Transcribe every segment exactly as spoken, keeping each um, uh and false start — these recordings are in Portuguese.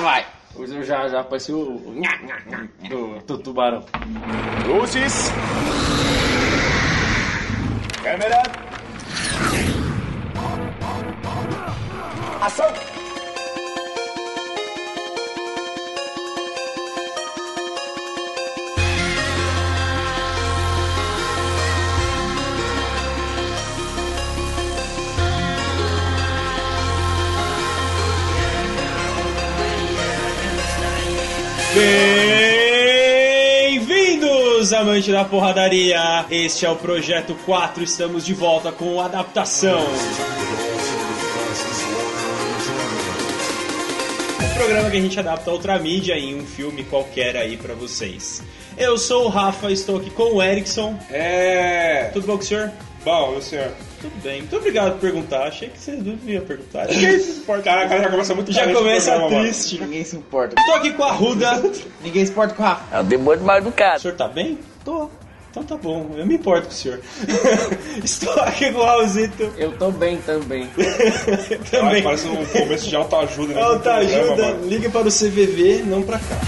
vai. Hoje já, já apareceu o nha, nha, nha, do, do tubarão. Luzes. Câmera. Ação. Bem-vindos, amante da porradaria! Este é o Projeto quatro, estamos de volta com a adaptação. Um programa que a gente adapta outra mídia em um filme qualquer aí pra vocês. Eu sou o Rafa, estou aqui com o Erickson. É... Tudo bom com o senhor? Bom, o senhor? Tudo bem, muito obrigado por perguntar. Achei que você não ia perguntar. Ninguém se importa. Cara, cara já começa muito Já começa triste. Ninguém se importa. Estou aqui com a Ruda. Ninguém se importa com o Rafa. É o demônio mal O educado. senhor tá bem? Tô. Então tá bom, eu me importo com o senhor. Estou aqui com o Raulzito. Eu tô bem também. Também. Parece um começo de autoajuda. Né? Autoajuda, ligue para o C V V, não pra cá.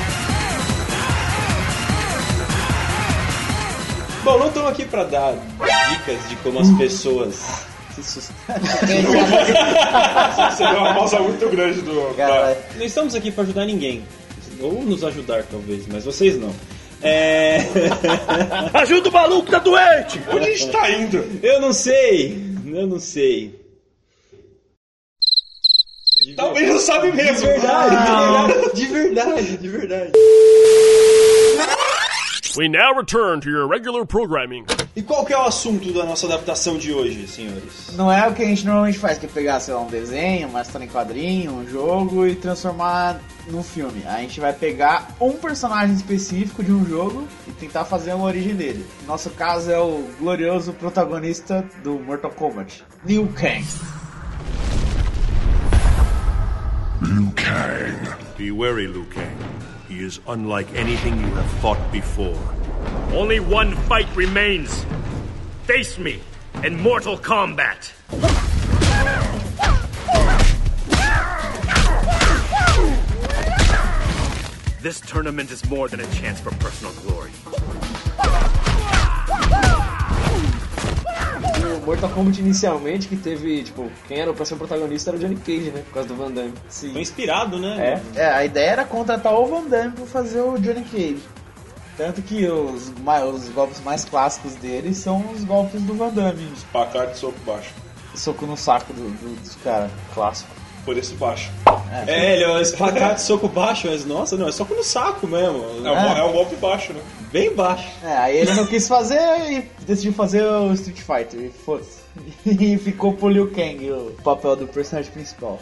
Bom, não estamos aqui para dar dicas de como as pessoas se sustentam. Você deu uma pausa muito grande do... Cara, Não estamos aqui para ajudar ninguém. Ou nos ajudar, talvez, mas vocês não. É... Ajuda o maluco, tá doente. Onde a gente tá indo? Eu não sei. Eu não sei. De Talvez não sabe mesmo. De verdade, de verdade, de verdade. We now return to your regular programming. E qual que é o assunto da nossa adaptação de hoje, senhores? não é o que a gente normalmente faz, que é pegar, sei lá, um desenho, uma história em quadrinho, um jogo e transformar num filme. A gente vai pegar um personagem específico de um jogo e tentar fazer uma origem dele. No nosso caso é o glorioso protagonista do Mortal Kombat, Liu Kang. Liu Kang. Be wary, Liu Kang. He is unlike anything you have fought before. Only one fight remains. Face me in Mortal Kombat. This tournament is more than a chance for personal glory. O Mortal Kombat inicialmente, que teve, tipo, quem era pra ser o protagonista era o Johnny Cage, né? Por causa do Van Damme. Sim. Foi inspirado, né? É, é, a ideia era contratar o Van Damme pra fazer o Johnny Cage. Tanto que os, ma- os golpes mais clássicos dele são os golpes do Van Damme. Pacar de soco baixo. Soco no saco do, do, dos caras, clássico. Por esse baixo. É, ele é um espacate de soco baixo, mas nossa, não, é soco no saco mesmo. É, um, é um golpe baixo, né? Bem baixo. É, aí ele não quis fazer e decidiu fazer o Street Fighter. E foda-se. E ficou pro Liu Kang o papel do personagem principal.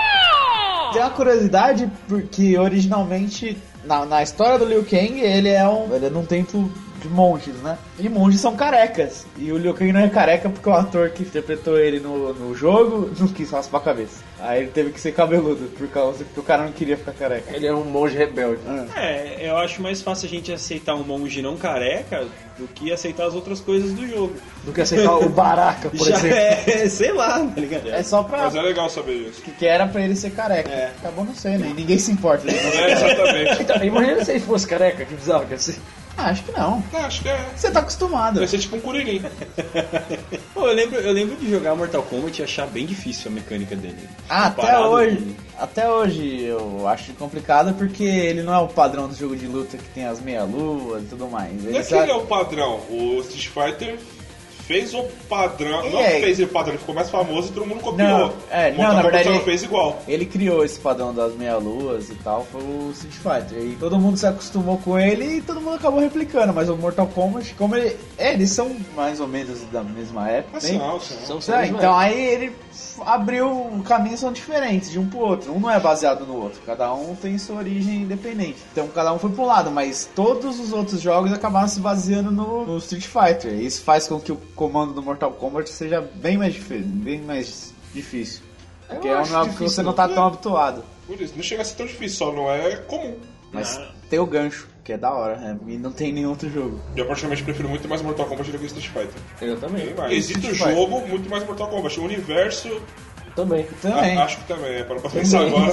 Tem uma curiosidade, porque originalmente, na, na história do Liu Kang, ele é um. Ele é num templo de monges, né? E monges são carecas. E o Liu Kang não é careca porque o ator que interpretou ele no, no jogo não quis raspar a cabeça. Aí ele teve que ser cabeludo, por causa que o cara não queria ficar careca. Ele é um monge rebelde. É, eu acho mais fácil a gente aceitar um monge não careca do que aceitar as outras coisas do jogo. Do que aceitar o Baraka, por Já exemplo. é, sei lá, tá ligado? É só pra. Mas é legal saber isso. Que, que era pra ele ser careca. É. Acabou não sendo, e ninguém se importa. Ele não ser É, careca. exatamente. Então, imagina se ele fosse careca, que bizarro que ia ser. Ah, acho que não. Não, acho que é. Você tá acostumado. Vai ser tipo um Kuririn. Pô, eu lembro, eu lembro de jogar Mortal Kombat e achar bem difícil a mecânica dele. Ah, até Comparado hoje. com- Até hoje eu acho complicado porque ele não é o padrão do jogo de luta que tem as meia-luas e tudo mais. Não Ele é que sabe- ele é o padrão. O Street Fighter fez o padrão. E Não é? fez o padrão, ele ficou mais famoso e todo mundo copiou. Não, é, O não, Mortal na Kombat verdade só ele- fez igual. Ele criou esse padrão das meia-luas e tal, foi o Street Fighter. E todo mundo se acostumou com ele e todo mundo acabou replicando. Mas o Mortal Kombat, como ele. É, eles são mais ou menos da mesma época. Assim, né? não, assim, São É, então aí ele abriu caminhos são diferentes de um pro outro. Um não é baseado no outro. Cada um tem sua origem independente. Então cada um foi pro lado, mas todos os outros jogos acabaram se baseando no, no Street Fighter. E isso faz com que o comando do Mortal Kombat seja bem mais difícil. Bem mais difícil. Porque é um acho jogo que difícil, você não tá né? tão habituado. Por isso, não chega a ser tão difícil, só não é comum. Mas tem o gancho, que é da hora, né? E não tem nenhum outro jogo. Eu praticamente prefiro muito mais Mortal Kombat do que Street Fighter. Eu também. Bem mais. Existe o Street Fighter. jogo, muito mais Mortal Kombat. O universo, Também. Também. a- acho que também, é para pra pensar agora.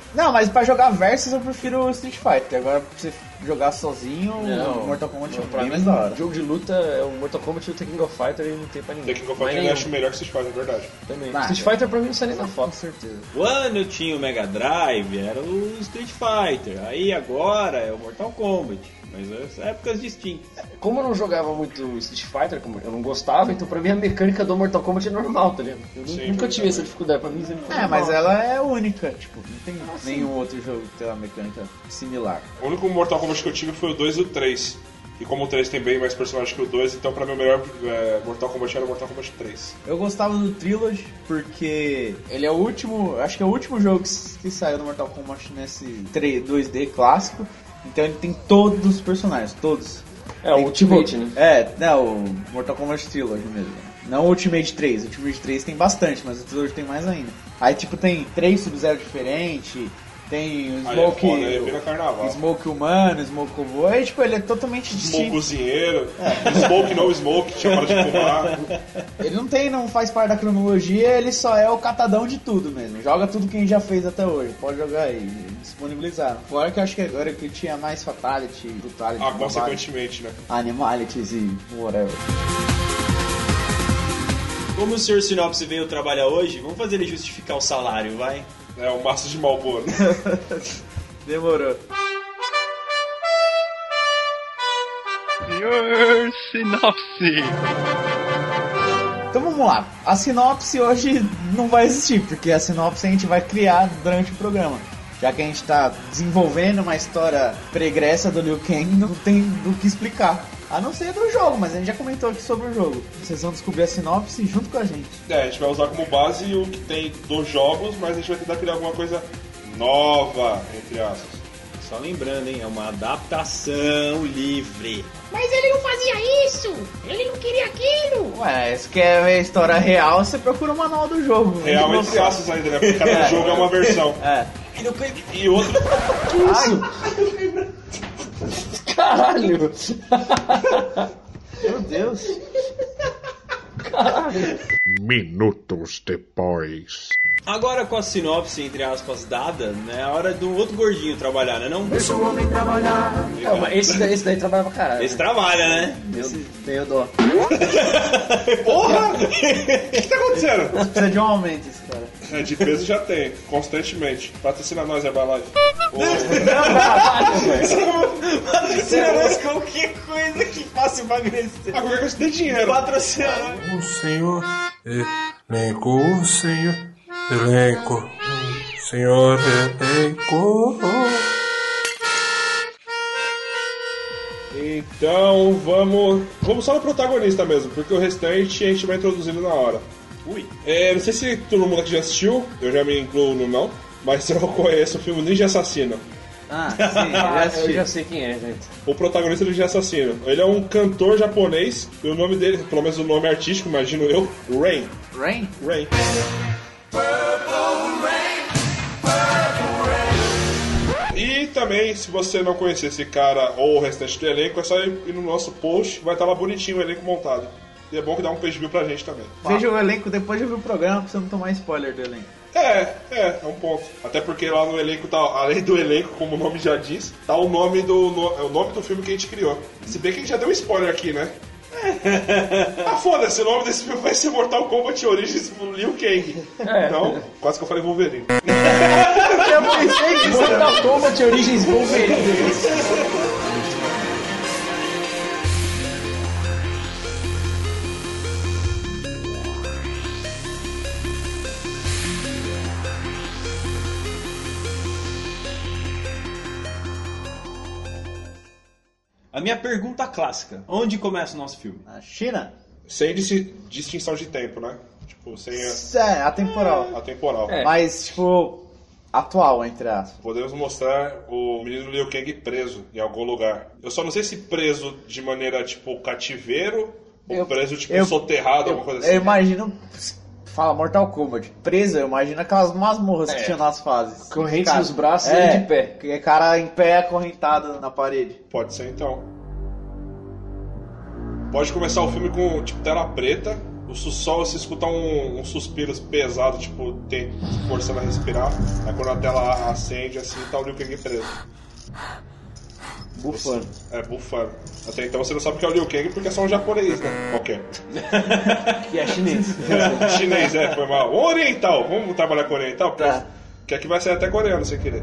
Não, mas pra jogar versus eu prefiro o Street Fighter. Agora pra você jogar sozinho, Não, o Mortal Kombat é pra bem mim, mais da hora. jogo de luta é o Mortal Kombat e o Tekken of Fighter e não tem pra ninguém. Tekken of Mais Fighter eu nenhum. acho melhor que Street Fighter, é verdade. Também. Ah, Street é. Fighter pra mim não sai nem na Com foto. certeza. Quando eu tinha o Mega Drive, era o Street Fighter. Aí agora é o Mortal Kombat. Mas são épocas distintas. Como eu não jogava muito Street Fighter, como eu não gostava, então pra mim a mecânica do Mortal Kombat é normal, tá ligado? Eu Sim, nunca foi tive essa também. dificuldade, pra mim sempre foi É, normal. mas ela é única, tipo, não tem nenhum outro jogo que tem uma mecânica similar. O único Mortal Kombat que eu tive foi o dois e o três. E como o três tem bem mais personagens que o dois, então pra mim o melhor é, Mortal Kombat era o Mortal Kombat três. Eu gostava do Trilogy porque ele é o último, acho que é o último jogo que, que saiu do Mortal Kombat nesse dois D clássico. Então ele tem todos os personagens, todos. É, o Tem, Ultimate, tipo, né? É, não, o Mortal Kombat Trilogy mesmo. Não o Ultimate três, o Ultimate três tem bastante, mas o Trilogy tem mais ainda. Aí tipo tem três Sub-Zero diferentes, tem o Aí é Smoke, foda, aí vira carnaval. Smoke humano, Smoke robô, aí tipo ele é totalmente Smoke distinto. cozinheiro, Smoke no Smoke, tinha para de fumar. Ele não tem, não faz parte da cronologia, ele só é o catadão de tudo mesmo. Joga tudo que a gente já fez até hoje, pode jogar aí, disponibilizaram. Fora que eu acho que agora que tinha mais Fatality, Brutality, Ah, Barbarities, consequentemente, né? Animalities e whatever. Como o senhor Sinopse veio trabalhar hoje, vamos fazer ele justificar o salário, vai? É o maço de Malboro. Demorou. Senhor Sinopse. Então vamos lá. A sinopse hoje não vai existir, porque a sinopse a gente vai criar durante o programa. Já que a gente está desenvolvendo uma história pregressa do Liu Kang, não tem do que explicar. A não ser do jogo, mas a gente já comentou aqui sobre o jogo. Vocês vão descobrir a sinopse junto com a gente. É, a gente vai usar como base o que tem dos jogos, mas a gente vai tentar criar alguma coisa nova, entre aspas. Só lembrando, hein? É uma adaptação livre. Mas ele não fazia isso! Ele não queria aquilo! Ué, se quer ver a história real, você procura o manual do jogo. Real Não entre sabe. aspas ainda, né? Porque cada jogo é uma versão. É. E outro... Ai, Caralho! meu Deus. Minutos depois. Agora com a sinopse, entre aspas, dada, né? É a hora do outro gordinho trabalhar, né? Não? Não, mas esse daí, esse daí trabalha pra caralho. Esse trabalha, né? Esse tenho dó. Porra! O que tá acontecendo? Precisa de um aumento esse cara. É, de peso já tem, constantemente. Patrocina nós, Herbalife. Patrocina nós qualquer coisa que faça emagrecer. A qualquer coisa tem dinheiro. Patrocina. O senhor elenco, o senhor elenco, senhor elenco. Então vamos. Vamos só no protagonista mesmo, porque o restante a gente vai introduzindo na hora. Ui. É, não sei se todo mundo aqui já assistiu, eu já me incluo no não, mas eu conheço o filme Ninja Assassino. Ah, sim, já Ah, eu assisti. já sei quem é, gente. O protagonista do Ninja Assassino. Ele é um cantor japonês, e o nome dele, pelo menos o nome artístico, imagino eu, Rain. Rain? Rain. E também, se você não conhecer esse cara ou o restante do elenco, é só ir no nosso post, vai estar lá bonitinho o elenco montado. E é bom que dá um page view pra gente também. Veja o elenco depois de ouvir o programa pra você não tomar spoiler do elenco. É, é, é um ponto. Até porque lá no elenco tá, além do elenco, como o nome já diz, tá o nome do no, é o nome do filme que a gente criou. Se bem que a gente já deu um spoiler aqui, né? Ah, foda-se, o nome desse filme vai ser Mortal Kombat Origins Liu Kang. Não, quase que eu falei Wolverine. Eu pensei que Mortal Kombat Origins Wolverine. A minha pergunta clássica. Onde começa o nosso filme? Na China? Sem dis- distinção de tempo, né? Tipo, sem a, É, atemporal. a temporal. É. Mas, tipo, atual, entre aspas. Podemos mostrar o menino Liu Kang preso em algum lugar. Eu só não sei se preso de maneira, tipo, cativeiro ou Eu- preso, tipo, eu- soterrado, alguma coisa assim. Eu imagino... Fala Mortal Kombat. Preso, eu imagino aquelas masmorras que É. tinha nas fases. Correntes Cara, nos braços e é, ele de pé. que é cara em pé acorrentado na parede. Pode ser então. Pode começar o filme com, tipo, tela preta, O sol, você escuta um, um suspiro pesado, tipo, tem, forçando a respirar. Aí quando a tela acende, assim, tá o Liu Kang preso. Bufando. É, bufando. Até então você não sabe o que é o Liu Kang porque é só um japonês, né? Qualquer. Que é chinês. É, chinês, é, foi mal. Oriental, vamos trabalhar com oriental? Tá. Que aqui vai sair até coreano, sem querer.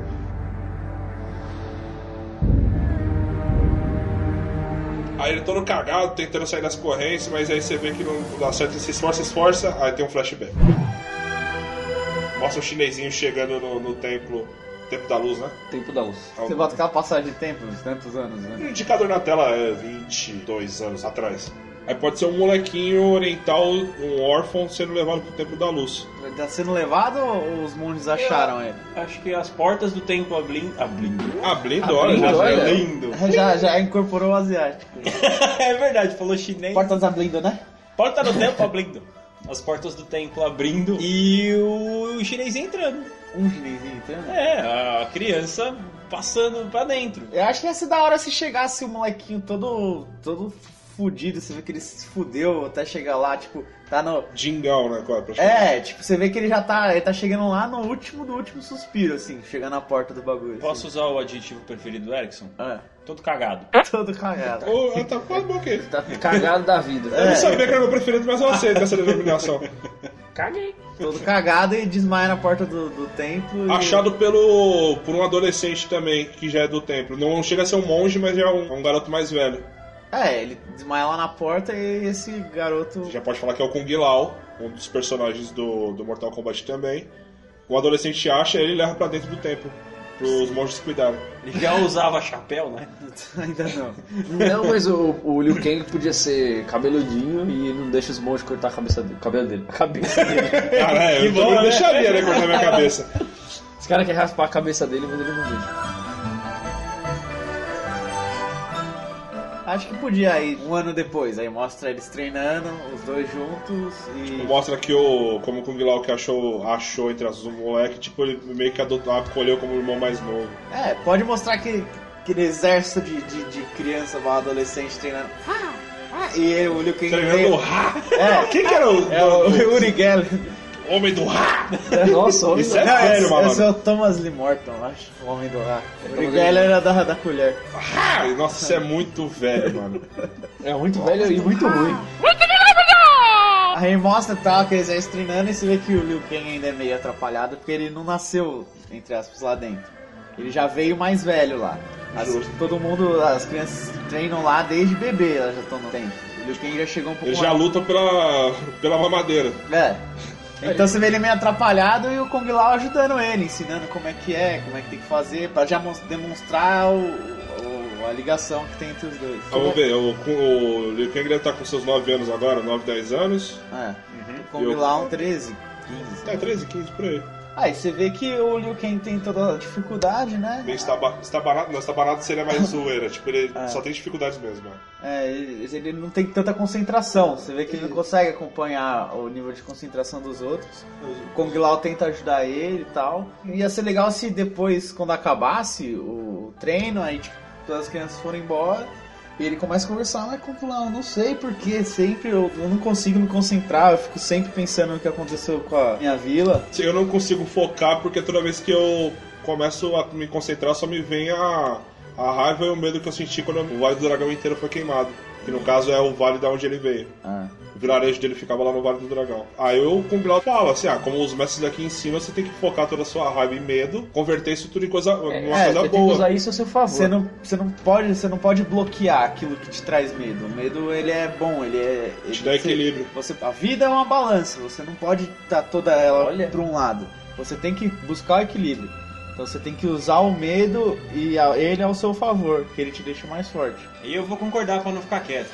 Aí ele todo cagado, tentando sair das correntes, mas aí você vê que não dá certo, ele se esforça, esforça, aí tem um flashback. Mostra o chinesinho chegando no, no templo, Templo da Luz, né? Tempo da luz. Você bota aquela passagem de tempo, uns tantos anos, né? O indicador na tela é vinte e dois anos atrás. Aí pode ser um molequinho oriental, um órfão, sendo levado pro Templo da Luz. Tá sendo levado ou os monges acharam ele? Acho que as portas do templo ablindo. Ablindo. Ablindo, olha, já olha. é Lindo. Já, já incorporou o asiático. É verdade, falou chinês. Portas abrindo, né? Porta do templo abrindo. As portas do templo abrindo e o chinês entrando. Um chinesinho entrando. É, a criança passando pra dentro. Eu acho que ia ser da hora se chegasse o molequinho todo, todo fudido, você vê que ele se fudeu até chegar lá, tipo, tá no... Dingão, né? Qual é, pra chegar? É, tipo, você vê que ele já tá, ele tá chegando lá no último do último suspiro, assim, chegando na porta do bagulho. Posso assim. usar o adjetivo preferido do Erickson? É. Todo cagado. Todo cagado. Ô, ela tá quase bom aqui. Tá cagado da vida. Eu não sabia que era meu preferido, mas eu aceito essa denominação. Caguei. Todo cagado e desmaia na porta do, do templo. Achado pelo por um adolescente também, que já é do templo. Não chega a ser um monge, mas já é um, um garoto mais velho. É, ele desmaia lá na porta e esse garoto... Já pode falar que é o Kung Lao, um dos personagens do, do Mortal Kombat também. O adolescente acha e ele leva pra dentro do templo, pros monges cuidarem. Ele já usava chapéu, né? Ainda não. Não, mas o, o Liu Kang podia ser cabeludinho e não deixa os monges cortar a cabeça dele. O cabelo dele. A cabeça dele. Cara, é, eu bom, também né? deixaria, né, cortar minha cabeça. Os caras querem raspar a cabeça dele, mas ele não deixa. Acho que podia ir um ano depois, aí mostra eles treinando, os dois juntos e... Mostra que o, como o Kung Lao que achou, achou entre as moleques, tipo, ele meio que adotou, acolheu como o irmão mais novo. É, pode mostrar que aquele exército de, de, de criança, um adolescente treinando... Ah, ah, e ele, o Liu Kang Treinando veio... o Ha! É, Quem que era o... é o Uri Geller. Homem do Ha! Nossa, homem Isso do... é Não, sério, esse, mano. esse é o Thomas Lee Morton, acho, o homem do ar. O Uri Geller era da, da colher. Ha! Nossa, isso é muito velho, mano. É muito velho e muito ruim. Aí mostra tal, que eles estão treinando e você vê que o Liu Kang ainda é meio atrapalhado porque ele não nasceu, entre aspas, lá dentro. Ele já veio mais velho lá. As, todo mundo, as crianças treinam lá desde bebê, elas já estão no tempo. O Liu Kang já chegou um pouco Ele já mais... luta pela, pela mamadeira. É. Então você vê ele meio atrapalhado e o Kung Lao ajudando ele, ensinando como é que é, como é que tem que fazer, pra já mos- demonstrar o, o- a ligação que tem entre os dois. Vamos ver, o, o Liu Kang deve estar com seus nove anos agora, nove, dez anos. É. Uhum. O Kung Lao treze, quinze. É, treze, quinze, por aí. Aí você vê que o Liu Kang tem toda a dificuldade, né? Bem estaba- estabanado, não, estabanado seria mais zoeira, tipo, ele É. só tem dificuldades mesmo. né? É, ele, ele não tem tanta concentração. Você vê que ele não consegue acompanhar o nível de concentração dos outros. O Kung Lao tenta ajudar ele e tal. Ia ser legal se depois, quando acabasse o treino, aí tipo, todas as crianças foram embora. E ele começa a conversar, mas Kung Lao, eu não sei porque sempre eu, eu não consigo me concentrar, eu fico sempre pensando no que aconteceu com a minha vila. Eu não consigo focar porque toda vez que eu começo a me concentrar só me vem a, a raiva e o medo que eu senti quando o Vale do Dragão inteiro foi queimado. Que no caso é o vale da onde ele veio. Ah. O vilarejo dele ficava lá no Vale do Dragão. Aí eu com o Bilal falo assim, ah, como os mestres daqui ensinam, você tem que focar toda a sua raiva e medo, converter isso tudo em coisa, numa É, coisa você tem que boa. usar isso a seu favor. Você não, você não pode, você não pode bloquear aquilo que te traz medo. O medo ele é bom, ele é ele Te dá você- equilíbrio. Você, a vida é uma balança, você não pode estar toda ela Olha. para um lado. Você tem que buscar o equilíbrio. Então você tem que usar o medo e a- ele ao seu favor, que ele te deixa mais forte. E eu vou concordar pra não ficar quieto.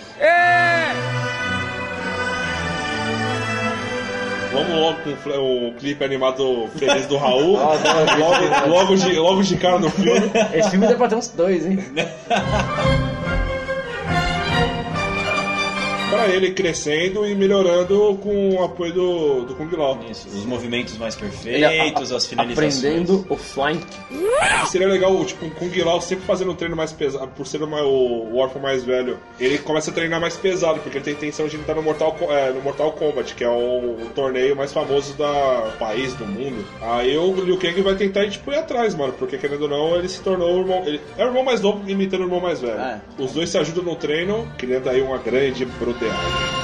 Vamos logo com o fle- o clipe animado feliz do Raul. Ah, não, logo, logo, de, logo de cara no filme. Esse filme deve pra ter uns dois, hein? Pra pra ele crescendo e melhorando com o apoio do, do Kung Lao. Isso, os movimentos mais perfeitos, a, a, as finalizações. Aprendendo o flying. Seria legal, tipo, o Kung Lao sempre fazendo um treino mais pesado, por ser uma, o, o órfão mais velho, ele começa a treinar mais pesado, porque ele tem intenção de entrar no Mortal, é, no Mortal Kombat, que é o, o torneio mais famoso do país, do mundo. Aí o Liu Kang vai tentar tipo, ir atrás, mano, porque querendo ou não, ele se tornou o irmão. Ele é o irmão mais novo imitando o irmão mais velho. É. Os dois se ajudam no treino, criando aí uma grande broderagem.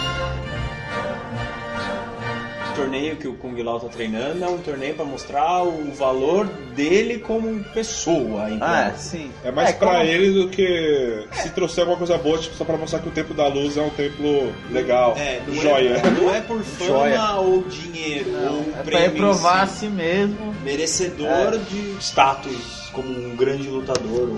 O torneio que o Kung Lao tá treinando é um torneio pra mostrar o valor dele como pessoa. Então. Ah, sim. É mais é, pra como... ele do que se trouxer alguma coisa boa, tipo, só pra mostrar que o Templo da Luz é um templo legal, É, não joia. É, não é por fama Joia. ou dinheiro, Não, ou é pra prêmio em reprovar a si. si mesmo. Merecedor É. de status como um grande lutador.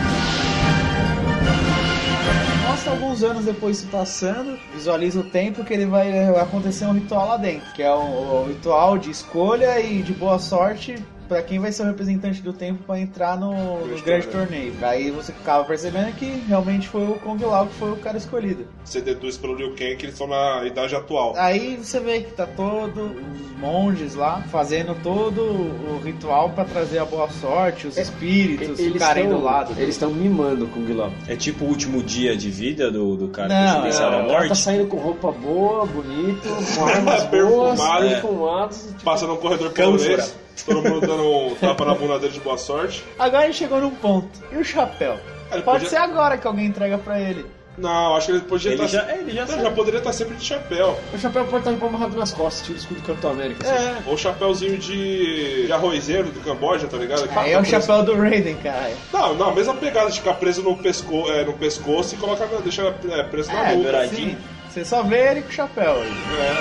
Mostra alguns anos depois se passando, visualiza o tempo que ele vai, vai acontecer um ritual lá dentro, que é o, o ritual de escolha e de boa sorte pra quem vai ser o representante do tempo pra entrar no, no grande torneio. Aí você acaba percebendo que realmente foi o Kung Lao que foi o cara escolhido. Você deduz pelo Liu Kang que eles estão na idade atual. Aí você vê que tá todo os monges lá fazendo todo o ritual pra trazer a boa sorte, os espíritos ficarem do lado. Eles estão mimando o Kung Lao. É tipo o último dia de vida do, do cara Não, que venceu não, a O cara tá morte? saindo com roupa boa, bonito, com armas boas, Perfumado, é. perfumados. Tipo, Passa num corredor Cânfora. polonês, todo mundo dando um tapa na bunda dele de boa sorte. Agora ele chegou num ponto. E o chapéu? Ele Pode podia- ser agora que alguém entrega pra ele. Não, acho que ele podia Ele estar. já, ele já Não, sabe. já poderia estar sempre de chapéu. o chapéu pode estar amarrado nas costas, tira o escudo do Capitão América. Assim. É. Ou chapéuzinho de, de arrozeiro do Camboja, tá ligado? Que Aí é o fica preso- chapéu do Raiden, caralho. Não, não, a mesma pegada de ficar preso no, pesco... é, no pescoço e colocar, deixar é, preso na É, nuca. douradinho. sim. Você só vê ele com o chapéu. Aí.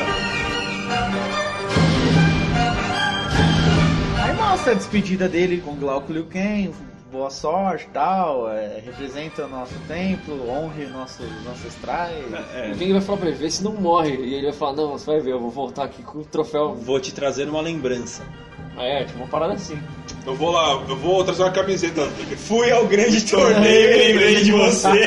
Aí mostra a despedida dele com o Glauco Liu Kang, boa sorte e tal, é, representa o nosso templo, honre nossos ancestrais. É. O Kang vai falar pra ele, vê se não morre. E ele vai falar, não, você vai ver, eu vou voltar aqui com o troféu. Vou te trazer uma lembrança. Ah, é, tipo uma parada assim. Eu vou lá, eu vou trazer uma camiseta. Fui ao grande torneio e lembrei de você.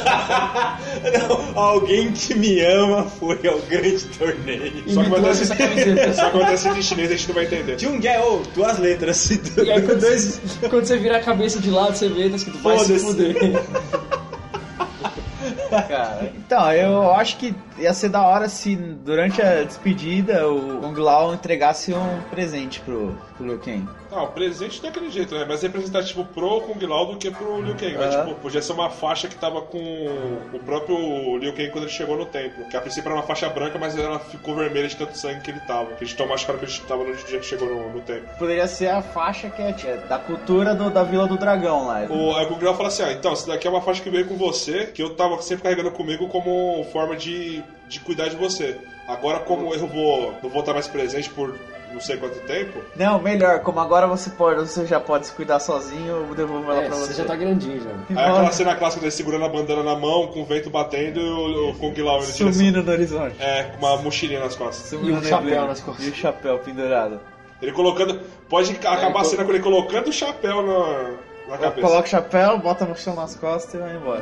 Não, alguém que me ama foi ao grande torneio. Só que vai dar essa esse... camiseta. Só que vai dar esse em chinês, a gente não vai entender. Jung-Jae-Oh, tuas letras. E aí quando você, quando você vira a cabeça de lado, você vê, tá escrito, vai se Foda-se. fuder. Cara, então, eu acho que ia ser da hora se durante a despedida o Kung Lao entregasse um presente pro, pro Liu Kang. Não, o presente daquele jeito, né? Mais representativo pro Kung Lao do que pro Liu Kang. Mas, Aham. tipo, podia ser uma faixa que tava com o próprio Liu Kang quando ele chegou no templo. Que a princípio era uma faixa branca, mas ela ficou vermelha de tanto sangue que ele tava. Que a gente tomou a cara que ele tava no dia que chegou no, no templo. Poderia ser a faixa que é, é da cultura do- da Vila do Dragão lá. O, aí o Kung Lao fala assim, ah, então, isso daqui é uma faixa que veio com você, que eu tava sempre carregando comigo como forma de, de cuidar de você. Agora, como eu vou, não vou estar mais presente por não sei quanto tempo, Não, melhor, como agora você pode, você já pode se cuidar sozinho, eu devolvo ela É, pra você. você já tá grandinho já. E aí aquela volta cena clássica dele segurando a bandana na mão, com o vento batendo e o, o Kung Lao ele sumindo no horizonte. É, com uma mochilinha nas costas. Sumindo E um no chapéu neblina. nas costas. E o chapéu pendurado. Ele colocando. Pode acabar a cena com ele colocando o chapéu na, na cabeça. Coloca o chapéu, bota a mochila nas costas e vai embora.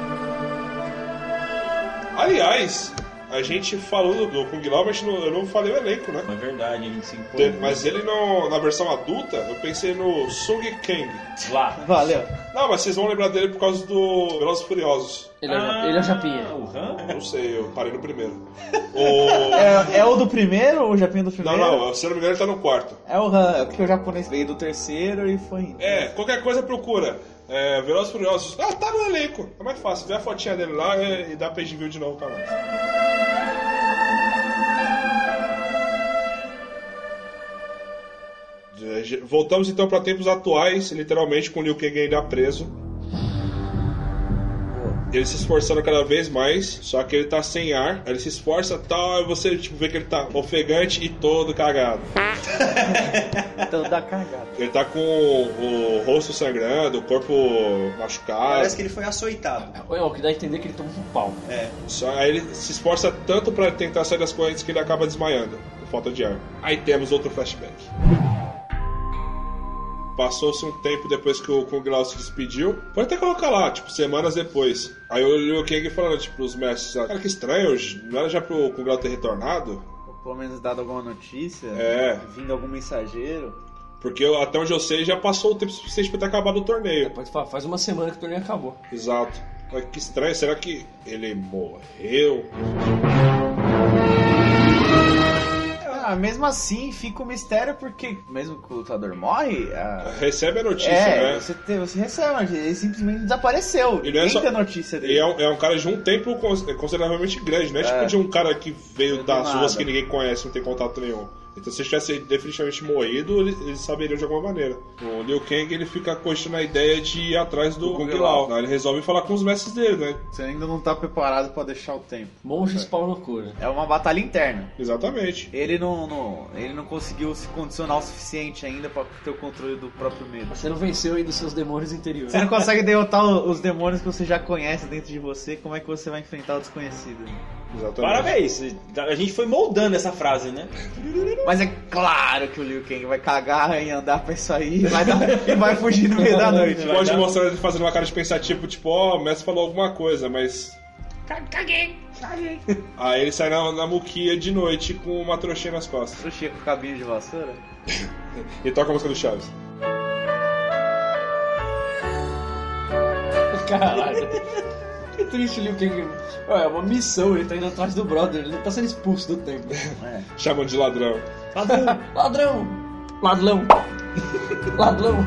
Aliás, a gente falou do, do Kung Lao, mas não- eu não falei o elenco, né? É verdade, a gente se Tem- empolgou. Mas ele no, na versão adulta, eu pensei no Sung Kang. Lá. Valeu. Não, mas vocês vão lembrar dele por causa do Velozes e Furiosos. Ele é, ele é o Japinha. Ah, o Han? Não sei, eu parei no primeiro. O... É, é o do primeiro, o japinho do Não, primeiro? não, se eu não me engano ele tá no quarto. É o Han, é porque o japonês veio do terceiro e foi indo. É, qualquer coisa procura. É, Velozes e Furiosos. Ah, tá no elenco. É mais fácil. Vê a fotinha dele lá e, e dá page view de novo pra nós. É, voltamos então para tempos atuais, literalmente com o Liu Kang ainda preso. Ele se esforçando cada vez mais, só que ele tá sem ar. Ele se esforça tal, e você tipo, vê que ele tá ofegante e todo cagado. Então dá cagada. Ele tá com o rosto sangrando, o corpo machucado. Parece que ele foi açoitado. Olha, o que dá a entender é que ele toma um pau. É. Só, aí ele se esforça tanto pra tentar sair das correntes que ele acaba desmaiando, por falta de ar. Aí temos outro flashback. passou-se um tempo depois que o Kung Lao se despediu. Pode até colocar lá, tipo, semanas depois. Aí o Liu Kang falando, tipo, pros mestres, cara, que estranho, não era já pro Kung Lao ter retornado? Ou pelo menos dado alguma notícia, É. vindo algum mensageiro. Porque até onde eu sei, já passou o tempo suficiente pra ter acabado o torneio. Pode falar, faz uma semana que o torneio acabou. Exato. Mas que estranho, será que ele morreu? Ah, mesmo assim fica um mistério porque mesmo que o lutador morre... A... Recebe a notícia, é, né? Você, te, você recebe a notícia, ele simplesmente desapareceu. Ele é Ninguém só... tem notícia dele. Ele é um, é um cara de um tempo consideravelmente grande, não é, é. tipo de um cara que veio das nada. ruas que ninguém conhece, não tem contato nenhum. Então se ele tivesse definitivamente morrido, eles, eles saberiam de alguma maneira. O Liu Kang ele fica coxando a ideia de ir atrás do Kung Lao. Aí ele resolve falar com os mestres dele, né? Você ainda não tá preparado pra deixar o tempo. Monstros pau no cu, né? É uma batalha interna. Exatamente. Ele não, não, ele não conseguiu se condicionar o suficiente ainda pra ter o controle do próprio medo. Você não venceu ainda os seus demônios interiores. Você não consegue derrotar os demônios que você já conhece dentro de você, como é que você vai enfrentar o desconhecido? Exatamente. Parabéns, a gente foi moldando essa frase, né? Mas é claro que o Liu Kang vai cagar em andar pra isso aí e vai, dar, e vai fugir no meio da noite. Pode dar... mostrar ele fazendo uma cara de pensativo, tipo, ó, oh, o mestre falou alguma coisa, mas... Caguei, caguei. Aí ele sai na, na muquia de noite com uma trouxinha nas costas. Trouxinha com cabinho de vassoura? E toca a música do Chaves. Caralho. Que triste o Liu Kang. É uma missão, ele tá indo atrás do brother, ele não tá sendo expulso do templo. É. Chamam de ladrão. Ladrão! Ladrão! Ladrão! Ladrão!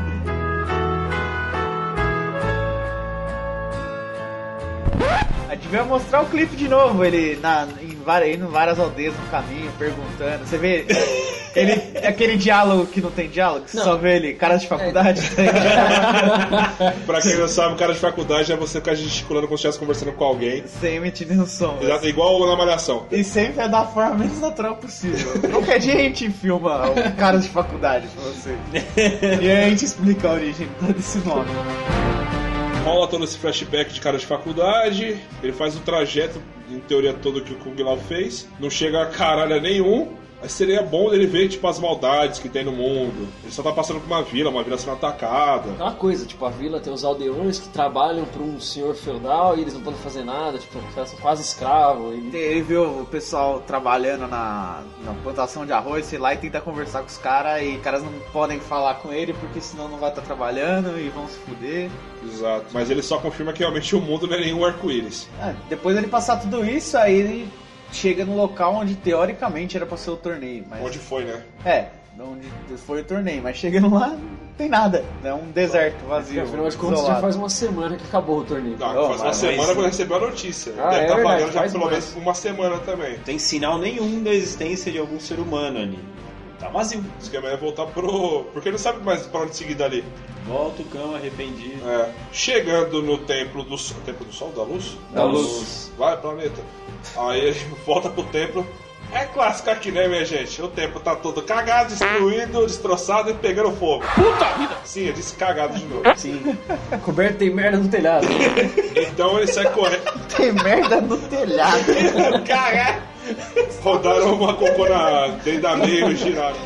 A gente vai mostrar o clipe de novo, ele na, em várias, indo em várias aldeias no caminho, perguntando. Você vê ele, aquele diálogo que não tem diálogo, que você só vê ele, cara de faculdade. É. Pra quem não sabe, cara de faculdade é você ficar gesticulando como se estivesse conversando com alguém. Sem emitir nenhum som. Exato, igual na Malhação. E sempre é da forma menos natural possível. Qualquer dia a gente filma o cara de faculdade pra você. E aí a gente explica a origem desse nome. Rola todo esse flashback de cara de faculdade, ele faz o trajeto, em teoria, todo que o Kung Lao fez, não chega a caralho nenhum, mas seria bom ele ver, tipo, as maldades que tem no mundo. Ele só tá passando por uma vila, uma vila sendo atacada. Aquela coisa, tipo, a vila tem os aldeões que trabalham pra um senhor feudal e eles não podem fazer nada, tipo, eles são quase escravos. E... Ele viu o pessoal trabalhando na, na plantação de arroz, sei lá, e tenta conversar com os caras, e os caras não podem falar com ele porque senão não vai estar trabalhando e vão se fuder. Exato, mas ele só confirma que realmente o mundo não é nenhum arco-íris. É, depois ele passar tudo isso, aí ele chega no local onde teoricamente era pra ser o torneio. Mas... Onde foi, né? É, onde foi o torneio, mas chegando lá não tem nada, é um deserto vazio. Afinal de contas, já faz uma semana que acabou o torneio. Não, oh, faz uma semana quando recebeu a notícia. Ah, Deve é estar verdade, pagando já faz pelo mais. menos uma semana também. Não tem sinal nenhum da existência de algum ser humano ali. Tá vazio. O esquema é voltar pro... Porque ele não sabe mais pra onde seguir dali. Volta o cão arrependido. É. Chegando no templo do sol... Templo do sol? Da luz? Da luz. Vai, planeta. Aí ele volta pro templo. É clássico aqui, né, minha gente? O templo tá todo cagado, destruído, destroçado e pegando fogo. Puta vida! Sim, eu disse cagado de novo. Sim. Coberto tem merda no telhado. Então ele sai correndo. Tem merda no telhado. Cagado! Rodaram uma cocô na... dentro da meia e giraram.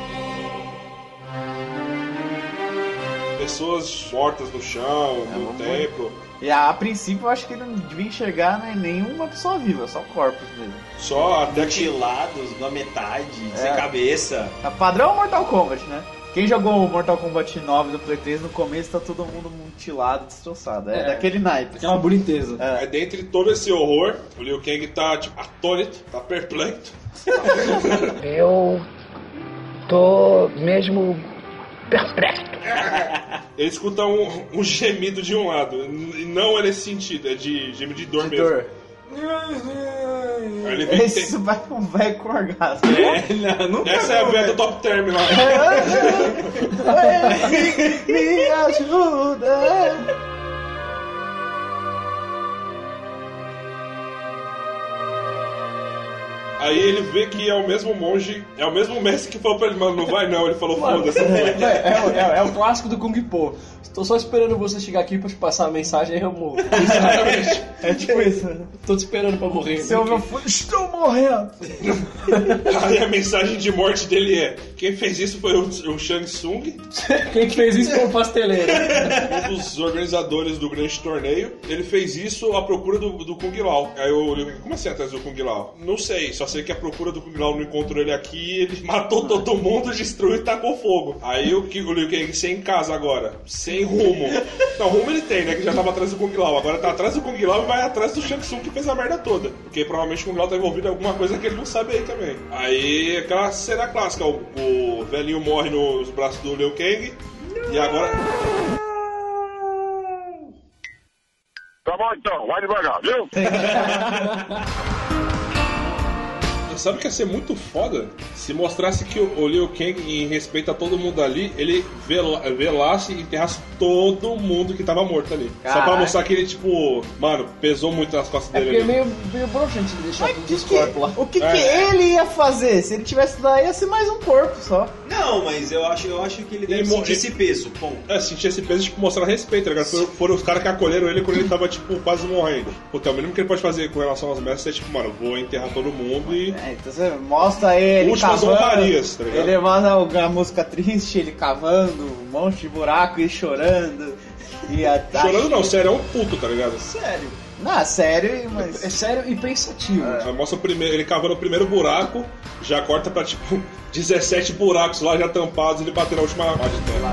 Pessoas mortas no chão, É, no vamos templo. E a, a princípio eu acho que ele não devia enxergar, né, nenhuma pessoa viva, só corpos mesmo. Só até que... Mutilados na metade, É. sem cabeça. É padrão Mortal Kombat, né? Quem jogou o Mortal Kombat nove do Play três, no começo tá todo mundo mutilado, destroçado. É, É. daquele naipe. Aquela boniteza. É. Aí, dentre todo esse horror, o Liu Kang tá, tipo, atônito, tá perplexo. Eu tô mesmo perplexo. Ele escuta um, um gemido de um lado, e não é nesse sentido, é de gemido de dor De mesmo. dor. Aí ele vê que Esse tem... vai com velho com orgasmo. É, não, nunca Essa é a veia do Top Term lá. me, me ajuda. Aí ele vê que é o mesmo monge, é o mesmo mestre que falou pra ele, mano, não vai não. Ele falou, foda-se. É, é, é, é o clássico do Kung Po. Estou só esperando você chegar aqui pra te passar a mensagem e eu morro. Exatamente. É tipo isso. Tô te esperando pra morrer. Seu meu filho, estou morrendo. Aí a mensagem de morte dele é: quem fez isso foi o, o Shang Tsung. Quem fez isso foi o pasteleiro. Um dos organizadores do grande torneio. Ele fez isso à procura do, do Kung Lao. Aí eu olhei, como assim atrás do Kung Lao? Não sei, só sei que a procura do Kung Lao não encontrou ele aqui. Ele matou todo mundo, destruiu e tacou fogo. Aí o, o Liu Kang sem casa agora, sem rumo. Não, rumo ele tem, né? Que já tava atrás do Kung Lao. Agora tá atrás do Kung Lao e vai atrás do Shang Tsung que fez a merda toda. Porque provavelmente o Kung Lao tá envolvido em alguma coisa que ele não sabe aí também. Aí aquela cena clássica: o, o velhinho morre nos braços do Liu Kang. E agora. Tá bom então, vai devagar, viu? Sabe que ia ser muito foda se mostrasse que o Liu Kang, em respeito a todo mundo ali, ele vela, velasse e enterrasse todo mundo que tava morto ali. Caraca. Só pra mostrar que ele, tipo, mano, pesou muito nas costas é dele. É meio, meio broxante de deixar todos os corpos lá. O que, é. que ele ia fazer? Se ele tivesse lá, ia ser mais um corpo só. Não, mas eu acho, eu acho que ele deve ele sentir esse peso, ponto. É, sentir esse peso, tipo, mostrar respeito, tá ligado? Foram, foram os caras que acolheram ele quando ele tava, tipo, quase morrendo. Puta, o mínimo que ele pode fazer com relação aos mestres é, tipo, mano, vou enterrar todo mundo e... É, então você mostra ele últimas cavando, honrarias, tá ligado? ele mostra a música triste, ele cavando um monte de buraco e chorando. E a... Chorando não, sério, é um puto, tá ligado? Sério. Não, sério, mas... É sério e pensativo. É. Mostra o primeiro, ele cavando o primeiro buraco, já corta pra, tipo, dezessete buracos lá já tampados, ele bateu na última parte de terra.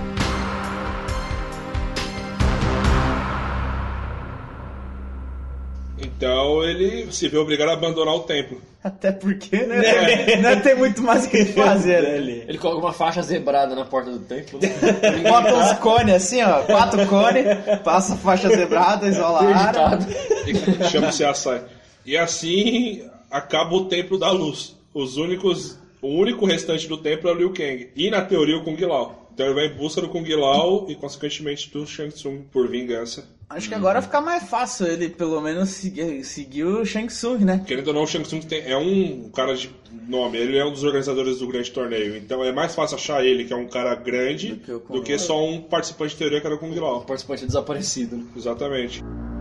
Então ele se vê obrigado a abandonar o templo. Até porque, né? É. Não tem muito mais o que fazer, né? Ele, ele coloca uma faixa zebrada na porta do templo. Bota uns cones assim, ó. Quatro cones, passa a faixa zebrada, isola a área. E chama-se Asai. E assim acaba o templo da luz. Os únicos, o único restante do templo é o Liu Kang. E na teoria o Kung Lao. Então ele vai em busca do Kung Lao e consequentemente do Shang Tsung por vingança. Acho que agora fica mais fácil ele pelo menos seguir, seguir o Shang Tsung, né? Querendo ou não, o Shang Tsung tem, é um cara de nome, ele é um dos organizadores do grande torneio. Então é mais fácil achar ele, que é um cara grande, do que, do que só um participante de teoria que era o Kung Lao. Um participante desaparecido. Né? Exatamente.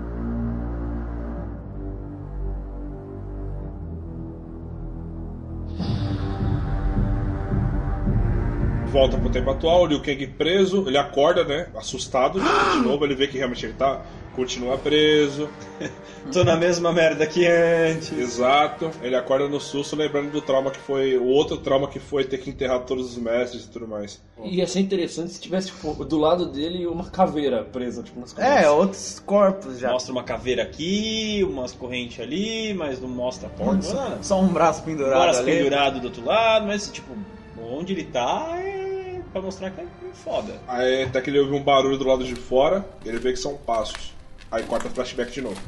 Volta pro tempo atual, o Liu Kang preso, ele acorda, né, assustado, de novo, ele vê que realmente ele tá, continua preso. Tô na mesma merda que antes. Exato, ele acorda no susto, lembrando do trauma que foi, o outro trauma que foi ter que enterrar todos os mestres e tudo mais. E ia ser interessante se tivesse, tipo, do lado dele uma caveira presa, tipo, nas correntes. É, outros corpos já. Mostra uma caveira aqui, umas correntes ali, mas não mostra a porta. Só, só um braço pendurado um braço ali. pendurado do outro lado, mas, tipo, onde ele tá é pra mostrar que é foda. Aí até que ele ouve um barulho do lado de fora, ele vê que são passos. Aí corta o flashback de novo.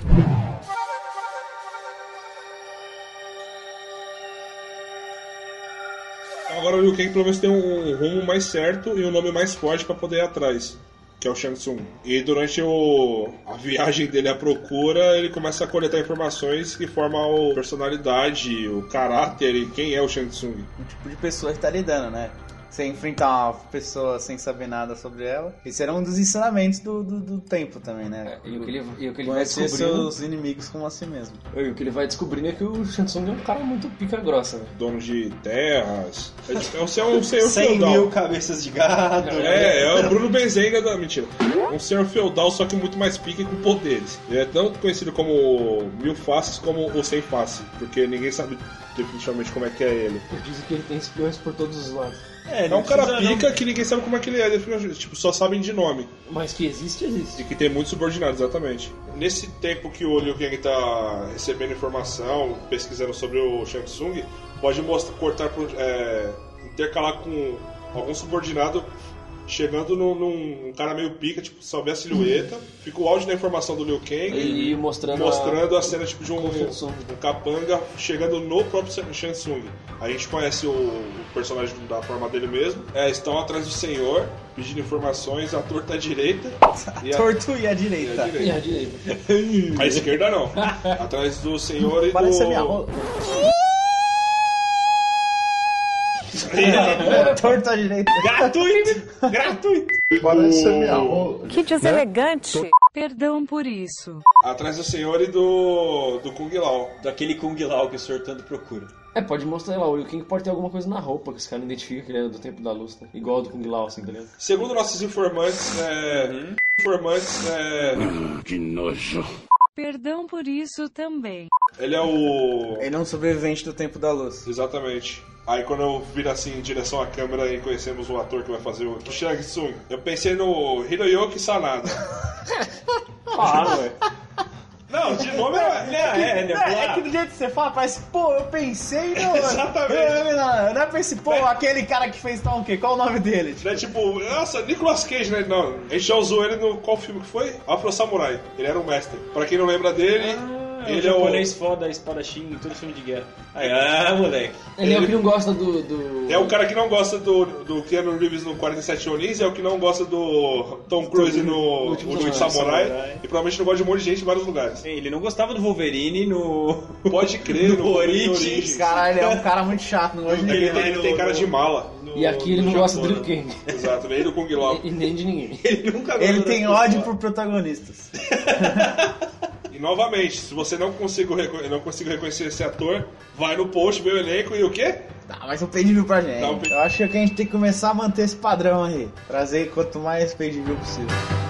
Então agora o Liu Kang pelo menos tem um rumo mais certo e um nome mais forte pra poder ir atrás, que é o Shang Tsung. E durante o, a viagem dele à procura, ele começa a coletar informações que formam a personalidade, o caráter e quem é o Shang Tsung. O tipo de pessoa que tá lidando, né? Você enfrentar uma pessoa sem saber nada sobre ela. Esse era um dos ensinamentos do, do, do tempo também, né? É, e o que ele, e o que ele vai Conhecer descobrindo... seus inimigos como assim mesmo. E o que ele vai descobrindo é que o Shang Tsung é um cara muito pica grossa, né? Dono de terras. É um senhor cem mil cabeças de gado. É, é o Bruno Benzenga da... Mentira. Um senhor feudal, só que muito mais pica e com poderes. Ele é tanto conhecido como Mil Faces como o Sem Face. Porque ninguém sabe definitivamente como é que é ele. Dizem que ele tem espiões por todos os lados. É, é um cara pica não... que ninguém sabe como é que ele é, tipo, só sabem de nome. Mas que existe, existe. E que tem muitos subordinados, exatamente. Nesse tempo que o Liu Kang tá recebendo informação, pesquisando sobre o Shang Tsung, pode mostrar, cortar, por, é, intercalar com algum subordinado chegando num, num um cara meio pica, tipo, só vê a silhueta, fica o áudio da informação do Liu Kang e mostrando, mostrando a, a cena tipo de um, um capanga chegando no próprio Shang Tsung. A gente conhece o, o personagem da forma dele mesmo. É, estão atrás do senhor, pedindo informações, a torta à direita. A torto e a direita. E a direita. E a, direita. A esquerda não. Atrás do senhor e Parece do... a minha rola. Torto à direita. Gratuito! Gratuito! Parece minha rola. Que deselegante. Né? Perdão por isso. Atrás do senhor e do, do Kung Lao. Daquele Kung Lao que o senhor tanto procura. É, pode mostrar lá, o Liu Kang pode ter alguma coisa na roupa que os caras não identificam que ele é do Tempo da Luz, né? Igual ao do Kung Lao, assim, tá ligado? Segundo nossos informantes, é... Uhum. Informantes, é... Hum, que nojo. Perdão por isso também. Ele é o... Ele é um sobrevivente do Tempo da Luz. Exatamente. Aí quando eu viro assim em direção à câmera e conhecemos o ator que vai fazer o Shang Tsung, eu pensei no Hiroyuki Sanada. Ah, ué. Não, de nome é... É, é, é, é que do jeito que você fala, parece, pô, eu pensei no... Exatamente. Eu, não, não é pra esse, pô, é. aquele cara que fez tal o quê? Qual o nome dele? Tipo, é tipo, nossa, Nicolas Cage, né? Não, a gente já usou ele no... Qual filme que foi? Afro Samurai. Ele era um mestre. Pra quem não lembra dele... Ah. Ele é o japonês o... foda, espadachim em todo filme de guerra. Aí, ah, moleque. Ele, ele é o que não gosta do, do... É o cara que não gosta do, do Keanu Reeves no quarenta e sete Onins, é o que não gosta do Tom Cruise no Último Samurai, Samurai, e provavelmente não gosta de um monte de gente em vários lugares. Ele não gostava do Wolverine no... Pode crer, no, no Origins. Origins. Caralho, ele é um cara muito chato, não gosta de ninguém. ninguém. Ele, ele tem cara de mala. No, e aqui ele não Japão, gosta do Liu Kang. Exato, nem do Kung Lao. E, e nem de ninguém. Ele nunca Ele tem ódio por protagonistas. E novamente, se você não conseguiu, não conseguiu reconhecer esse ator, vai no post, vê o elenco e o quê? Dá mais um page view pra gente. Um page... Eu acho que a gente tem que começar a manter esse padrão aí. Trazer quanto mais page view possível.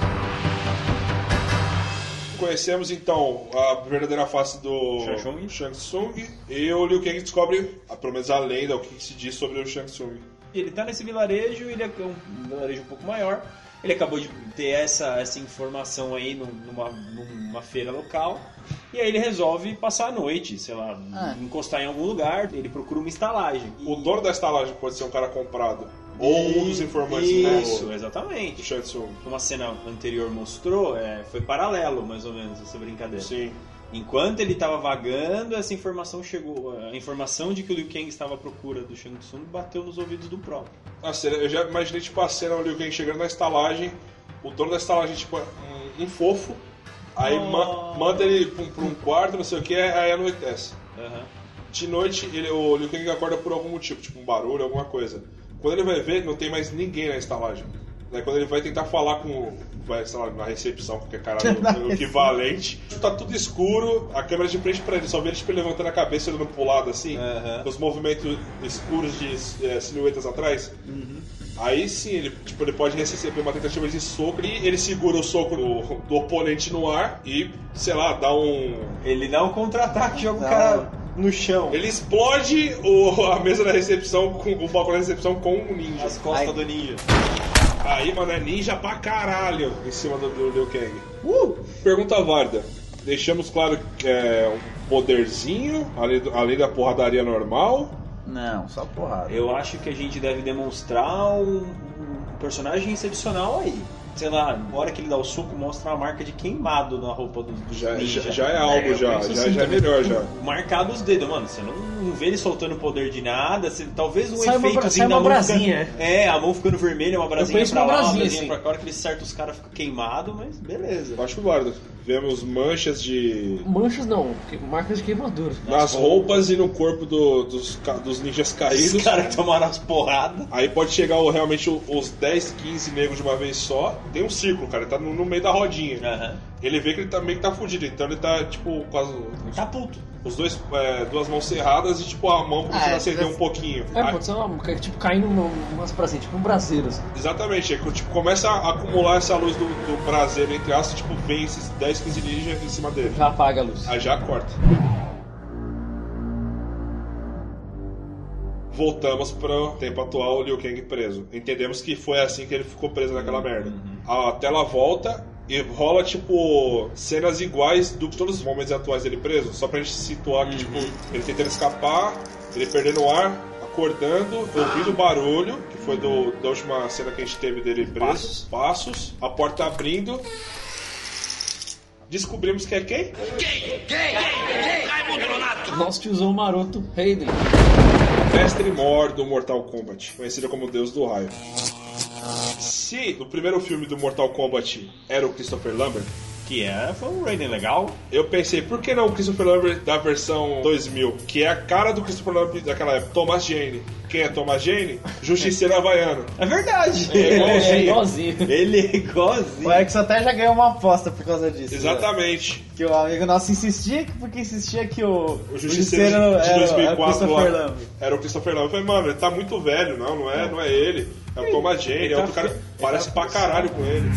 Conhecemos então a verdadeira face do Shang, Shang Tsung e o Liu Kang descobre, pelo menos a lenda, o que se diz sobre o Shang Tsung. Ele tá nesse vilarejo, ele é um vilarejo um pouco maior. Ele acabou de ter essa, essa informação aí numa, numa feira local. E aí ele resolve passar a noite, sei lá, ah. encostar em algum lugar. Ele procura uma estalagem. O e... dono da estalagem pode ser um cara comprado. Ou e... um dos informantes Isso, do... exatamente. Shang Tsung. Como a cena anterior mostrou, é, foi paralelo, mais ou menos, essa brincadeira. Sim. Enquanto ele estava vagando, essa informação chegou. A informação de que o Liu Kang estava à procura do Shang Tsung bateu nos ouvidos do próprio. Nossa, eu já imaginei tipo a cena, o Liu Kang chegando na estalagem, o dono da estalagem, tipo, um, um fofo, aí oh. ma- manda ele pra um, pra um quarto, não sei o que, aí anoitece. Uhum. De noite, ele, o Liu Kang acorda por algum motivo, tipo um barulho, alguma coisa. Quando ele vai ver, não tem mais ninguém na estalagem. Daí quando ele vai tentar falar com, vai, sei lá, na recepção, qualquer cara no, no equivalente, tá tudo escuro, a câmera de frente pra ele, só vê ele tipo, levantando a cabeça, olhando pro lado assim, uhum. com os movimentos escuros de é, silhuetas atrás. Uhum. Aí sim, ele, tipo, ele pode receber uma tentativa de soco e ele segura o soco do, do oponente no ar e, sei lá, dá um... Ele dá um contra-ataque, joga o cara no chão. Ele explode o, a mesa da recepção, com, o balcão da recepção com um ninja. As costas Ai. do ninja. Aí, mano, é ninja pra caralho em cima do, do Liu Kang. Uh! Pergunta válida. Deixamos claro que é um poderzinho, além, do, além da porradaria normal. Não, só porrada. Eu acho que a gente deve demonstrar um, um personagem excepcional aí. Sei lá, na hora que ele dá o soco, mostra uma marca de queimado na roupa do, do já, ninja. Já, já é algo, é, já, já, assim, já é melhor, já. Marcado os dedos, mano, você não, não vê ele soltando poder de nada, você, talvez um sai efeitozinho da mão brasinha. Ficando, é, a mão ficando vermelha, uma brasinha pra uma lá, brasinha, uma brasinha assim. pra cá, hora que ele acerta os caras fica queimado, mas beleza. Eu acho válido. Vemos manchas de... Manchas não, marcas de queimadura. Nas roupas e no corpo do, dos, dos ninjas caídos. Os caras que tomaram as porradas. Aí pode chegar o, realmente os dez, quinze negros de uma vez só. Tem um círculo, cara, ele tá no, no meio da rodinha. Uhum. Ele vê que ele também tá fudido, então ele tá, tipo, quase... Tá puto. Os dois, é, duas mãos cerradas e, tipo, a mão começando ah, é, a acender um pouquinho. É, pode ser uma, tipo, caindo umas pracinhas, tipo um braseiro, assim. Exatamente, é que, tipo, começa a acumular essa luz do, do braseiro, entre aspas, tipo, vem esses dez, quinze ninjas em cima dele. Já apaga a luz. Aí já corta. Voltamos pro tempo atual, o Liu Kang preso. Entendemos que foi assim que ele ficou preso naquela merda. A tela volta e rola, tipo, cenas iguais de todos os momentos atuais dele preso, só pra gente situar que, tipo, ele tentando escapar, ele perdendo o ar, acordando, ouvindo barulho, que foi do, da última cena que a gente teve dele preso. Passos. Passos, a porta abrindo. Descobrimos que é quem? Quem? Quem? Quem? Raimundo Nonato! Nosso tiozão maroto, Raiden. Mestre Mor do Mortal Kombat, conhecido como Deus do Raio. Se no primeiro filme do Mortal Kombat era o Christopher Lambert, Que é, foi um Raiden legal. Eu pensei, por que não o Christopher Lambert da versão dois mil? Que é a cara do Christopher Lambert daquela época. Thomas Jane. Quem é Thomas Jane? Justiceiro havaiano. É verdade. É, é igualzinho. Ele é igualzinho. O Erickson até já ganhou uma aposta por causa disso. Exatamente. Né? Que o amigo nosso insistia, porque insistia que o, o Justiceiro de era, dois mil e quatro era o Christopher Lambert. Era o Christopher Lambert. Eu falei, mano, ele tá muito velho. Não, não é, não é ele. É o Thomas Jane. É outro cara que parece pra caralho com ele.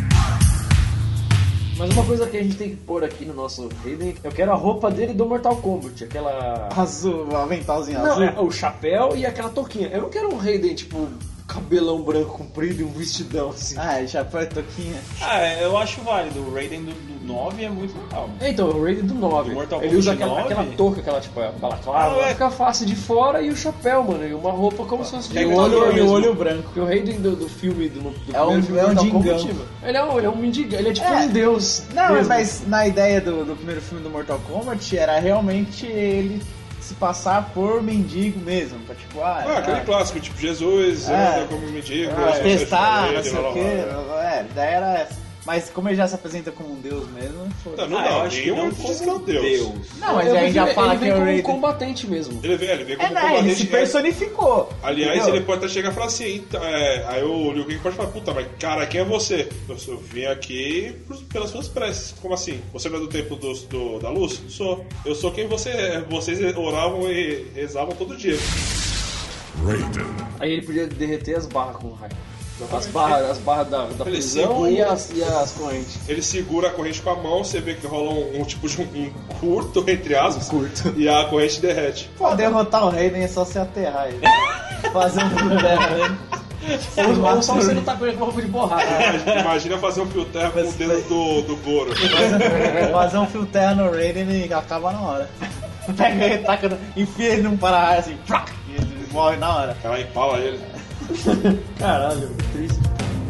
Mas uma coisa que a gente tem que pôr aqui no nosso Raiden, eu quero a roupa dele do Mortal Kombat, aquela... Azul, o aventalzinho não, azul. É, o chapéu e aquela touquinha. Eu não quero um Raiden, tipo, cabelão branco comprido e um vestidão, assim. Ah, chapéu e touquinha. Ah, eu acho válido. O Raiden do, do nove é muito legal. É, então, o Raiden do nove. Do Mortal Ele usa Kombat aquela, nove? aquela touca, aquela, tipo, balaclava. Ah, é. Fica a face de fora e o chapéu, mano. E uma roupa como se fosse de E o lutador olho, e o mesmo. olho branco. Porque o Raiden do, do filme, do, do É um- primeiro filme é um do Mortal dingão. Kombat, mano, ele é um, ele é um mendigão. Ele é tipo É. um deus. Não, mesmo. mas na ideia do, do primeiro filme do Mortal Kombat era realmente ele se passar por mendigo mesmo. Pra tipo, ah, Ah, aquele ah, clássico, tipo, Jesus, É. anda como mendigo, ah, só testar, sete não sei blá, o blá, quê. blá. É, a ideia era essa. Mas como ele já se apresenta como um deus mesmo, foi. Não, não Ah, dá, eu acho que nenhum não diz que é como um Deus. Deus. Não, mas Eu aí já prefiro- fala ele que vem é o como um Raiden. combatente mesmo. Ele vem, ele vem É, como não, ele combatente se guerra. personificou. Aliás, entendeu? ele pode até chegar e falar assim, então, é, aí o Liu Kang pode falar, puta, mas cara, quem é você? Eu, sou- eu vim aqui por- pelas suas preces. Como assim? Você não é do templo do, do- da luz? Sou. Eu sou quem você é. Vocês oravam e rezavam todo dia. Raiden. Aí ele podia derreter as barras com o raio. As barras, as barras da, da Ele prisão segura. e as, e as correntes. Ele segura a corrente com a mão, você vê que rola um, um tipo de um, um curto, entre aspas, curto. e a corrente derrete. Pra derrotar o Raiden é só se aterrar ele. Fazer um fio terra nele. Ou, ou só você não tá com ele com roupa de borracha. Imagina fazer um fio terra com o dedo do, do Goro. Fazer um fio terra no Raiden e acaba na hora. Pega ele, taca, no- enfia ele num para-raio assim, prac, e ele morre na hora. O cara empala ele. Caralho, que triste.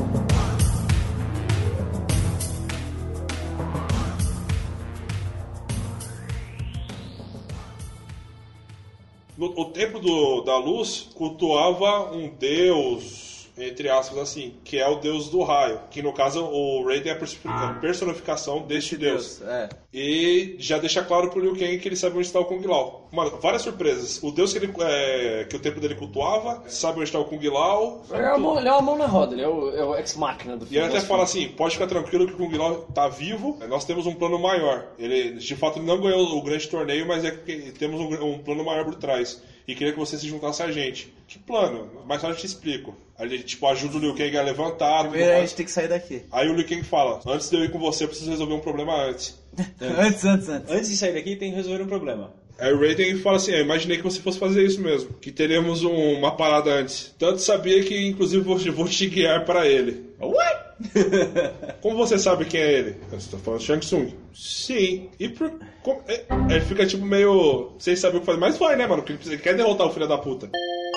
No, o templo do, da luz cultuava um deus, entre aspas assim, que é o deus do raio. Que no caso o Raiden é a pers- a personificação deste deus. É. E já deixa claro pro Liu Kang que ele sabe onde está o Kung Lao. Mano, várias surpresas. O deus que, ele, é, que o templo dele cultuava sabe onde está o Kung Lao. Ele é, uma mão, ele é uma mão na roda, ele é o, é o ex-máquina do E filme. ele até fala assim, pode ficar tranquilo que o Kung Lao tá vivo, nós temos um plano maior. Ele, de fato, ele não ganhou o grande torneio, mas é que temos um, um plano maior por trás. E queria que você se juntasse a gente. Que plano? Mais tarde eu te explico. Aí ele, tipo, ajuda o Liu Kang a levantar. tudo Primeiro a mais. gente tem que sair daqui. Aí o Liu Kang fala, antes de eu ir com você, eu preciso resolver um problema antes. Antes, antes, antes. Antes de sair daqui, tem que resolver um problema. Aí o Raiden fala assim, eu imaginei que você fosse fazer isso mesmo. Que teremos um- uma parada antes. Tanto sabia que, inclusive, vou, vou te guiar para ele. What? Como você sabe quem é ele? Você tá falando Shang Tsung. Sim. E por... como- é- ele fica tipo meio... sem saber o que fazer. Mas vai, né, mano? Porque ele, precisa- ele quer derrotar o filho da puta.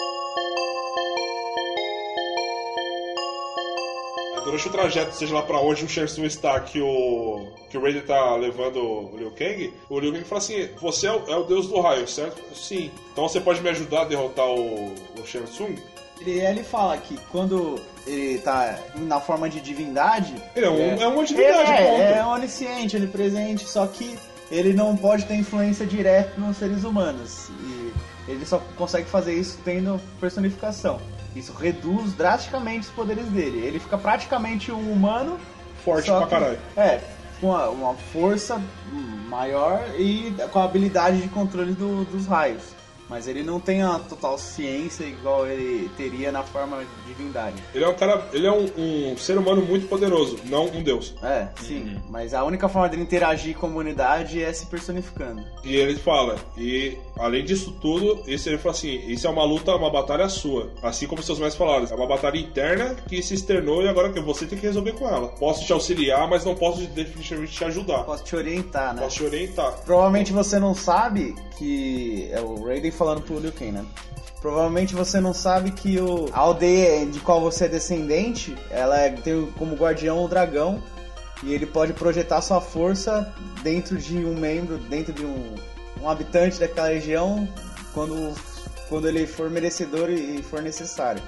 Durante o trajeto, seja lá pra onde o Shang Tsung está, que o, que o Raiden tá levando o Liu Kang, o Liu Kang fala assim, você é o, é o deus do raio, certo? Sim. Então você pode me ajudar a derrotar o, o Shang Tsung? Ele, ele fala que quando ele tá na forma de divindade... Ele é, um, é, uma Ele divindade, é, ponto. é onisciente, onipresente, só que ele não pode ter influência direta nos seres humanos. E ele só consegue fazer isso tendo personificação. Isso reduz drasticamente os poderes dele. Ele fica praticamente um humano... Forte só pra que- caralho. É, com uma, uma força maior e com a habilidade de controle do- dos raios. Mas ele não tem a total ciência igual ele teria na forma de divindade. Ele é um cara, ele é um, um ser humano muito poderoso, não um deus. É, sim. Mas a única forma dele interagir com a humanidade é se personificando. E ele fala, e além disso tudo, isso ele fala assim, isso é uma luta, uma batalha sua. Assim como seus mestres falaram, é uma batalha interna que se externou e agora que você tem que resolver com ela. Posso te auxiliar, mas não posso definitivamente te ajudar. Posso te orientar, né? Posso te orientar. Provavelmente você não sabe que... É o Raiden falando pro Liu Kang, né? Provavelmente você não sabe que o, a aldeia de qual você é descendente, ela é- tem como guardião o dragão. E ele pode projetar sua força dentro de um membro, dentro de um, um habitante daquela região, quando, quando ele for merecedor e for necessário.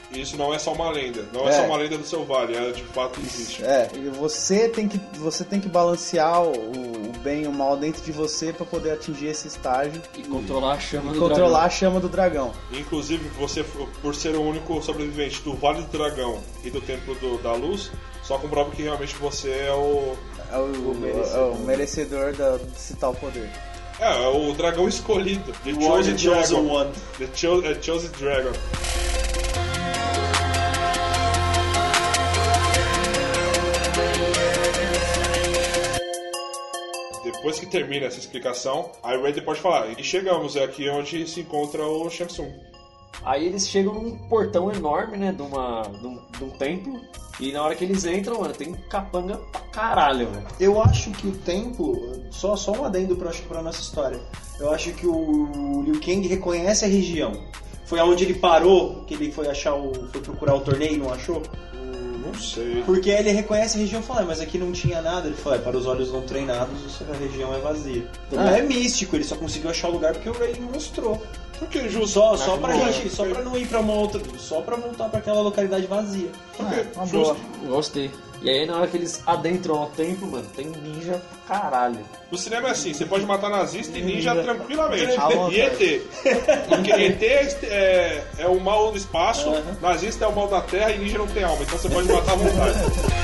isso não é só uma lenda. Não é, É. só uma lenda do seu vale, ela de fato existe. É, e você tem que, você tem que balancear o, o bem e o mal dentro de você pra poder atingir esse estágio. E controlar a chama E do controlar dragão. a chama do dragão. Inclusive, você, por ser o único sobrevivente do Vale do Dragão e do Templo do- da Luz, só comprova que realmente você é o... É o, o merecedor, é o merecedor da, desse tal poder. É, é o dragão escolhido. The You are the Chosen chosen Dragon. one. The cho uh, Chosen Dragon. Depois que termina essa explicação, a Raiden pode falar. E chegamos, é aqui onde se encontra o Shang Tsung. Aí eles chegam num portão enorme, né, de, uma, de, um, de um templo. E na hora que eles entram, mano, tem capanga pra caralho, velho. Eu acho que o templo, só, só um adendo pra, acho que pra nossa história. Eu acho que o Liu Kang reconhece a região. Foi aonde ele parou, que ele foi achar o. foi procurar o torneio e não achou? Não sei. Porque ele reconhece a região e fala, ah, mas aqui não tinha nada. Ele fala, é, para os olhos não treinados, a região é vazia. Então Ah. é místico, ele só conseguiu achar o lugar porque o Raiden mostrou. Porque justo. Só, só pra boa. gente, só pra não ir pra uma outra. Só pra voltar pra aquela localidade vazia. Porque, uma justo. boa. Gostei. E aí na hora que eles adentram ao templo, mano, tem ninja pra caralho. No cinema é assim, você pode matar nazista e ninja Ninja. tranquilamente. À vontade. E E T. Porque E T é, é o mal do espaço, nazista é o mal da terra e ninja não tem alma. Então você pode matar à vontade.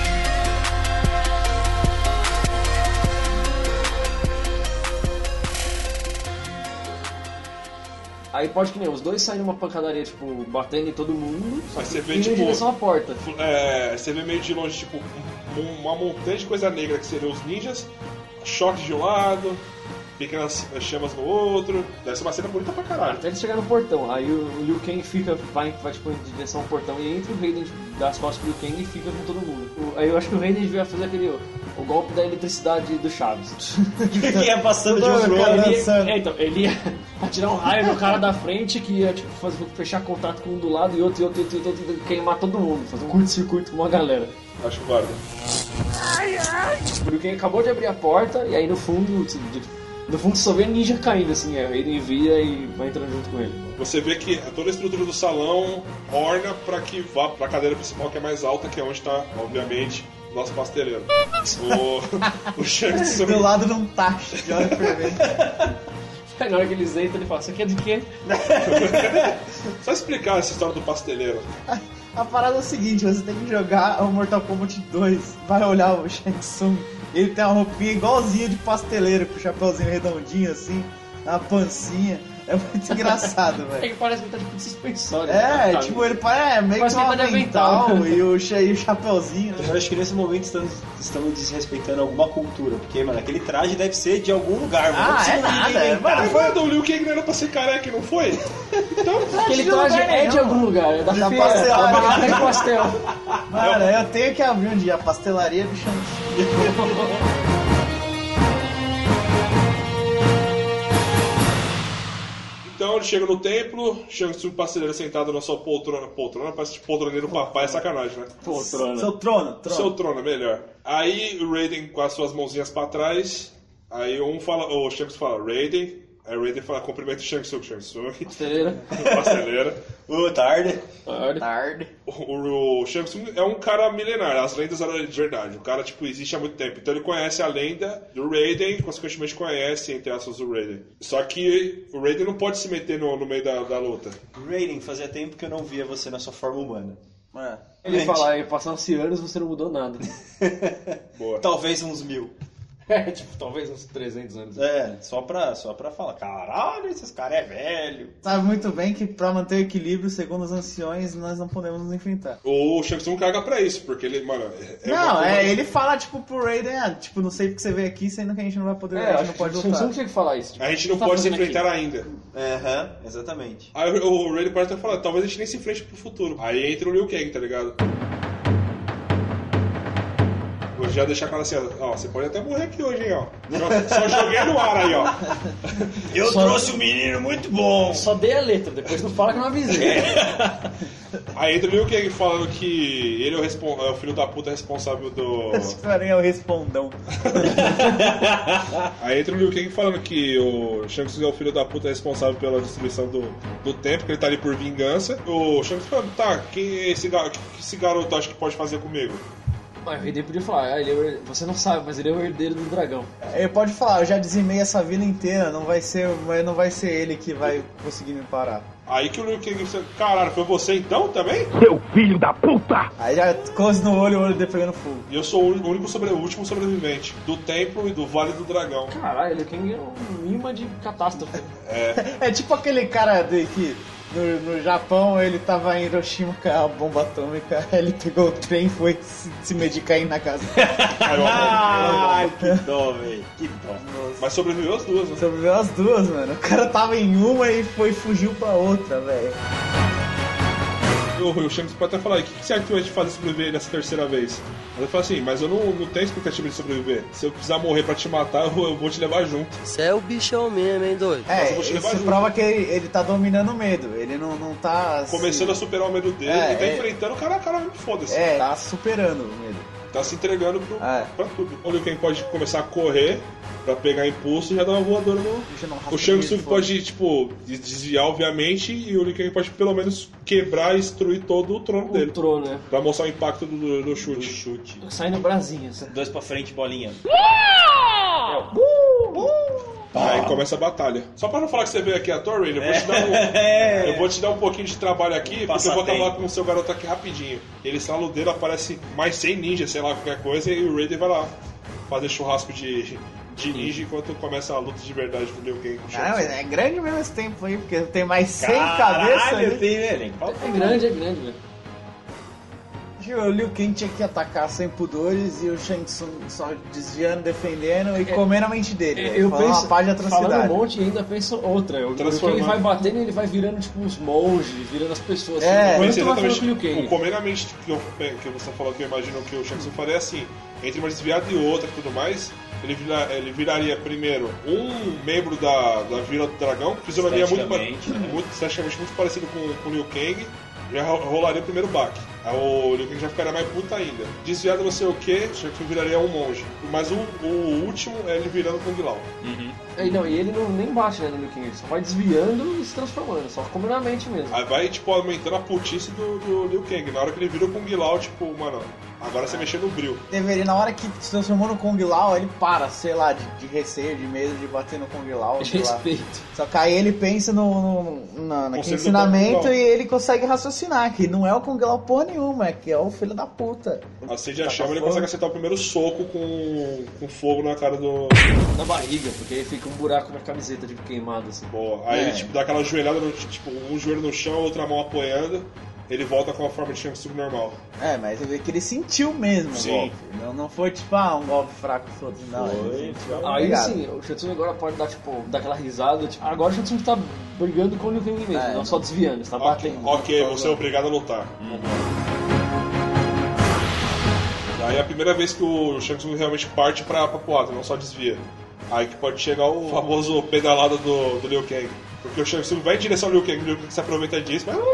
Aí pode que nem, os dois saem numa pancadaria, tipo, batendo em todo mundo, só Mas que você vê, indo tipo, em direção à porta. É, você vê meio de longe, tipo, um- uma montanha de coisa negra que seriam os ninjas, choques de um lado, pequenas chamas no outro. Deve ser uma cena bonita pra caralho. Até eles chegarem no portão, aí o o Liu Kang fica, vai, vai tipo, em direção ao portão e entra o Raiden dá as costas pro Liu Kang e fica com todo mundo. O- aí eu acho que o Raiden devia fazer aquele, o, o golpe da eletricidade do Chaves. Que ia passando de um pro Cara, outro. Ele, dançando. é, então, ele ia atirar um raio no cara da frente que ia tipo, fazer, fechar contato com um do lado e outro, e outro, e outro, e outro, e queimar todo mundo, fazer um curto-circuito com uma galera. Acho válido. O Liu Kang acabou de abrir a porta e aí no fundo, no fundo só vê ninja caindo assim, aí ele vira e vai entrando junto com ele. Você vê que toda a estrutura do salão orna pra que vá pra cadeira principal, que é mais alta, que é onde tá, obviamente, o nosso pasteleiro. O, o Shang Tsung. Do lado não tá, de olha fervente. Aí na hora que eles entram, ele fala, isso aqui é de quê? Só explicar essa história do pasteleiro. A parada é o seguinte, você tem que jogar o Mortal Kombat dois, vai olhar o Shang Tsung, ele tem uma roupinha igualzinha de pasteleiro, com o chapéuzinho redondinho assim, uma pancinha, é muito engraçado, velho. Ele parece que ele tá tipo de suspensório. É, né? tipo, ele parece é, meio que Parece um que ele tá de avental avental. e o, cha- e o chapéuzinho. Eu acho que nesse momento estamos, estamos desrespeitando alguma cultura. Porque, mano, aquele traje deve ser de algum lugar. Mano. Ah, Não é precisa nada, ninguém é, inventar. Mas nada, o Liu Kang não era pra ser careca, não foi? Então, Aquele de traje lugar é de nenhum. algum lugar, é da, Da feira, pastelaria. da barraca de pastel. Mano, eu tenho que abrir um dia a pastelaria do Shang Tsung. então ele chega no templo, Shang Tsung pasteleiro sentado na sua poltrona. Poltrona parece de poltroneiro papai, é sacanagem, né? Poltrona. Seu trono, trono. Seu trono, é melhor. Aí o Raiden com as suas mãozinhas pra trás. Aí um fala, o Shang Tsung fala, Raiden. Aí o Raiden fala, cumprimento o Shang Tsung, Shang Tsung. Pasteleira. Pasteleira. Ô, tarde. Tarde. O, o Shang Tsung é um cara milenar, as lendas eram de verdade. O cara, tipo, existe há muito tempo. Então ele conhece a lenda do Raiden, consequentemente conhece, entre aspas, o Raiden. Só que o Raiden não pode se meter no, no meio da, da luta. Raiden, fazia tempo que eu não via você na sua forma humana. É. Ele fala, aí passaram-se anos você não mudou nada. Boa. Talvez uns mil. É, tipo, talvez uns trezentos anos. É, só pra, só pra falar, caralho, esses caras é velho. Sabe muito bem que pra manter o equilíbrio, segundo os anciões, nós não podemos nos enfrentar. O Shang Tsung caga pra isso, porque ele, mano... É uma não, coisa- é, ele fala tipo pro Raiden, ah, tipo, não sei porque você veio aqui, sendo que a gente não vai poder, É, a gente acho não que pode o Samsung lutar. tinha que falar isso. Tipo, A gente não o que tá pode se fazendo enfrentar aqui? ainda. Aham, exatamente. Aí o Raiden pode até falar, talvez a gente nem se enfrente pro futuro. Aí entra o Liu Kang, tá ligado? Vou já deixar claro assim, ó, você pode até morrer aqui hoje, hein, ó. Só, só joguei no ar aí, ó. Eu Só- trouxe um menino muito bom. Só dei a letra, depois não fala que eu não avisei. Aí entra o Liu Kang falando que ele é o, respon- é o filho da puta responsável do... Esse cara é o respondão. Aí entra o Liu Kang falando que o Shang Tsung é o filho da puta responsável pela destruição do, do templo, que ele tá ali por vingança. O Shang Tsung fala, tá, quem é esse garoto, que esse garoto acha que pode fazer comigo? Mas o Rei podia falar, ah, ele é o her- você não sabe, mas ele é o herdeiro do dragão. Ele pode falar, eu já dizimei essa vila inteira, não vai ser, mas não vai ser ele que vai conseguir me parar. Aí que o Liu Kang disse, caralho, foi você então também? Seu filho da puta! Aí já close no olho, o olho dele pegando fogo. E eu sou o único sobre, o último sobrevivente do templo e do Vale do Dragão. Caralho, o Kang é um imã de catástrofe. É. É tipo aquele cara de que no, no Japão ele tava em Hiroshima com a bomba atômica, aí ele pegou o trem e foi se, se medicar aí na casa. Ai, que dó, velho. Que dó. Mas sobreviveu as duas, né? Sobreviveu as duas, mano. O cara tava em uma e foi fugiu pra outra, velho. O, o Shang Tsung pode até falar, o que, que você acha que vai te fazer sobreviver nessa terceira vez? Mas eu falo assim, mas eu não, não tenho expectativa de sobreviver. Se eu precisar morrer pra te matar, eu, eu vou te levar junto. Você é o bichão mesmo, hein, doido? É, eu vou te levar isso junto. prova que ele, ele tá dominando o medo. Ele não, não tá... assim- Começando a superar o medo dele, É, ele tá é. enfrentando o cara a cara, foda-se. É, tá superando o medo. Tá se entregando pro, É. pra tudo. O Liu Kang pode começar a correr pra pegar impulso e já dar uma voadora no... Deixa eu não O Shang Tsung rasgar pode, tipo, desviar, obviamente, e o Liu Kang pode, pelo menos, quebrar e destruir todo o trono O dele. trono, né? Pra mostrar o impacto do, do, do Do chute. chute. Sai no brasinho. assim. Dois pra frente, bolinha. Aí começa a batalha. Só pra não falar que você veio aqui à toa, Rainer, eu vou te dar um... É. Eu vou te dar um pouquinho de trabalho aqui, porque eu vou Passatempo. acabar com o seu garoto aqui rapidinho. Ele estrala o dedo, aparece mais cem ninjas, sei lá, qualquer coisa, e o Raiden vai lá fazer churrasco de, de ninja enquanto começa a luta de verdade do Liu Kang com o Shang Ah, mas Tsung. é grande mesmo esse tempo aí, porque tem mais cem Caralho, cabeças ali. tem, velho. É grande, é grande, velho. O Liu Kang tinha que atacar sem pudores e o Shang Tsung só desviando, defendendo e comendo a mente dele. velho. Eu Falando penso, uma parte de falando atrocidade. um monte e ainda penso outra. O Liu Transformando. Kang vai batendo e ele vai virando tipo uns monges, virando as pessoas. É, assim. Mas Muito mais exatamente, que o Liu Kang. o comer na mente que, eu, que você falou que eu imagino que o Shang Tsung faria é assim, entre uma desviada e outra e tudo mais, ele, vira, ele viraria primeiro um membro da, da Vila do Dragão, fisionomia muito, pa- Esteticamente, né? muito, esteticamente muito parecido com, com o Liu Kang, já ro- rolaria o primeiro baque. Aí o Liu Kang já ficaria mais puta ainda. Desviado não sei o que, Shang Tsung viraria um monge. Mas o, o último é ele virando Kung Lao. É, não, e ele não, nem bate né, no Liu Kang, ele só vai desviando e se transformando, só como na mente mesmo. Aí vai, tipo, aumentando a putice do, do Liu Kang. Na hora que ele vira o Kung Lao, tipo, mano, agora você mexeu no bril. Deveria, na hora que se transformou no Kung Lao, ele para, sei lá, de, de receio, de medo de bater no Kung Lao. sei lá. Respeito. Só que aí ele pensa no, no, na, naquele Conselho do ensinamento Kung Lao. e ele consegue raciocinar que não é o Kung Lao porra nenhuma, é que é o filho da puta. Acende a Tá chama e ele fogo. consegue acertar o primeiro soco com, com fogo na cara do... Na barriga, porque aí fica um buraco na camiseta de queimado assim. Boa. Aí É. ele tipo, dá aquela joelhada, no, tipo, um joelho no chão, outra mão apoiando. Ele volta com a forma de Shang Tsung normal. É, mas você vê que ele sentiu mesmo o Sim. golpe. Não, não foi tipo, ah, um golpe fraco foda não. Ele sentiu. Aí Obrigado. sim, o Shang Tsung agora pode dar tipo, dar aquela risada, tipo, agora o Shang Tsung tá brigando com o Liu Kang mesmo, É. não só desviando, está Ok, batendo. ok, você é obrigado a lutar. Aí é a primeira vez que o Shang Tsung realmente parte pra, pra porrada, não só desvia. Aí que pode chegar o famoso pedalada do, do Liu Kang. Porque o Shang Tsung vai em direção ao Liu Kang, o Liu Kang se aproveita disso, mas...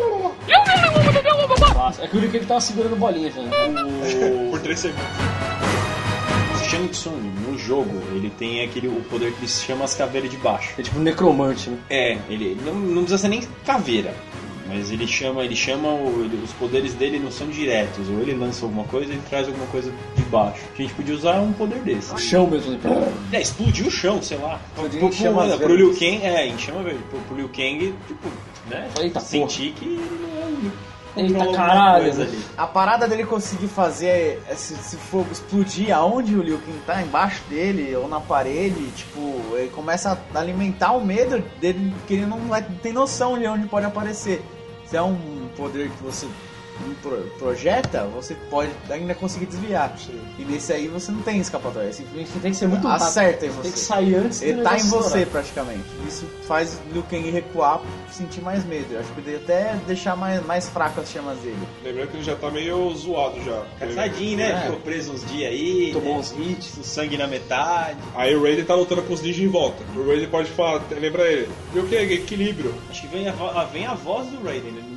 É que o Liu Kang tava segurando bolinha já. O Por três segundos. Shang Tsung, no jogo, ele tem aquele, o poder que ele se chama as caveiras de baixo. É tipo um necromante, né? É, ele não, não precisa ser nem caveira. Mas ele chama, ele chama o, ele- os poderes dele não são diretos. Ou ele lança alguma coisa, ele traz alguma coisa de baixo. A gente podia usar um poder desse. O chão mesmo, né? É, explodir o chão, sei lá. Explodir Pro, em chamas pro, pro verdes. Liu Kang, é, em chama verde. Pro, pro Liu Kang, tipo, né? Eita, sentir que ele não é o Liu. Eita, controla alguma caralho, coisa né? ali. A parada dele conseguir fazer, é, se, se for explodir aonde o Liu Kang tá, embaixo dele ou na parede, tipo, ele começa a alimentar o medo dele, que ele não vai- não tem noção de onde pode aparecer. Se é um poder que você pro- projeta, você pode ainda conseguir desviar. E nesse aí você não tem escapatória, simplesmente Tem que ser muito rápido. acerta em Você você. tem que sair antes do Ele tá em negócio você estourar. praticamente. Isso faz o Liu Kang recuar, sentir mais medo. Eu acho que poderia até deixar mais, mais fraco as chamas dele. Lembrando que ele já tá meio zoado já. Cansadinho, né? É. Ficou preso uns dias aí. Tomou né? uns hits. O sangue na metade. Aí o Raiden tá lutando com os ninjas em volta. O Raiden pode falar, lembra ele, Liu Kang, equilíbrio. Acho que vem a, vo- a- vem a voz do Raiden, né?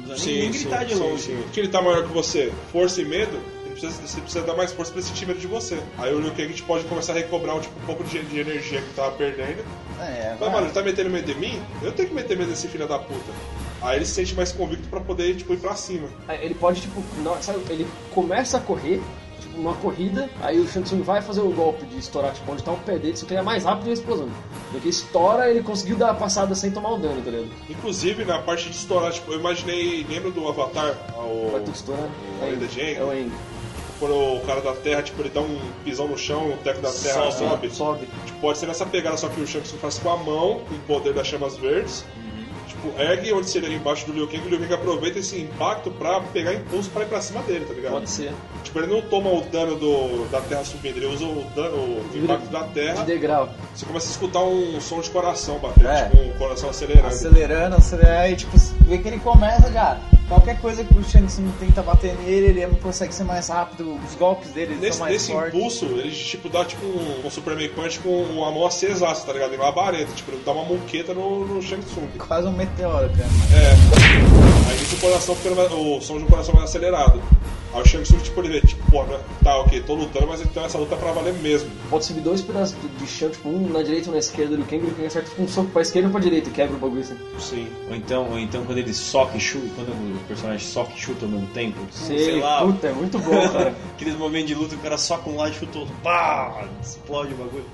não precisa Sim, nem sim, gritar de sim, longe. sim. Porque ele tá maior que você, força e medo, ele precisa, você precisa dar mais força pra sentir medo de você. Aí o Liu Kang pode começar a recobrar tipo, um pouco de, de energia que tava perdendo. É, Mas, mano, ele tá metendo medo em mim? Eu tenho que meter medo nesse filho da puta. Aí ele se sente mais convicto pra poder tipo, ir pra cima. Ele pode, tipo, não, sabe, ele começa a correr, tipo, numa corrida, aí o Shang Tsung vai fazer o golpe de estourar, tipo, onde tá o pé dele, só que ele é mais rápido e a explosão. Porque estoura, ele conseguiu dar a passada sem tomar o dano, tá ligado? Inclusive, na parte de estourar, tipo, eu imaginei, lembra do Avatar? O, Vai tudo estourar. o Lenda de Aang? É o Aang. Quando o cara da Terra, tipo, ele dá um pisão no chão, o teco da Terra Sobe, sobe. sobe. Tipo, pode ser nessa pegada, só que o Shang Tsung faz com a mão, com o poder das chamas verdes. Tipo, ergue onde seria embaixo do Liu Kang, e o Liu Kang aproveita esse impacto pra pegar impulso pra ir pra cima dele, tá ligado? Pode ser. Tipo, ele não toma o dano do, da Terra subindo, ele usa o, dano, o impacto da Terra. De degrau. Você começa a escutar um som de coração batendo, É. tipo, um coração acelerando. Acelerando, acelerando, e tipo, vê que ele começa já. Qualquer coisa que o Shang Tsung tenta bater nele, ele consegue ser mais rápido, os golpes dele Nesse, são mais nesse fortes. impulso, ele tipo, dá tipo um, um Superman Punch com a mão acesaça, tá ligado? Ele labareda, tipo, ele dá uma moqueta no, no Shang Tsung. Quase um meteoro, cara. É. Aí nisso o coração fica, o som de um coração mais acelerado. Aí o Shang Tsung, tipo, ele vê, tipo, pô, né? Tá, ok, tô lutando, mas então essa luta é pra valer mesmo. Pode subir dois pedaços de chão, tipo, um na direita e um na esquerda do Kang, e o Kang acerta um soco pra esquerda e um pra direita e quebra o bagulho assim. Sim. Ou então, ou então quando ele soca e chuta, quando o personagem soca e chuta ao mesmo tempo, Sei, sei lá. puta, é muito bom, cara. Aqueles momentos de luta, o cara soca um lado e chuta o outro, pá, explode o bagulho.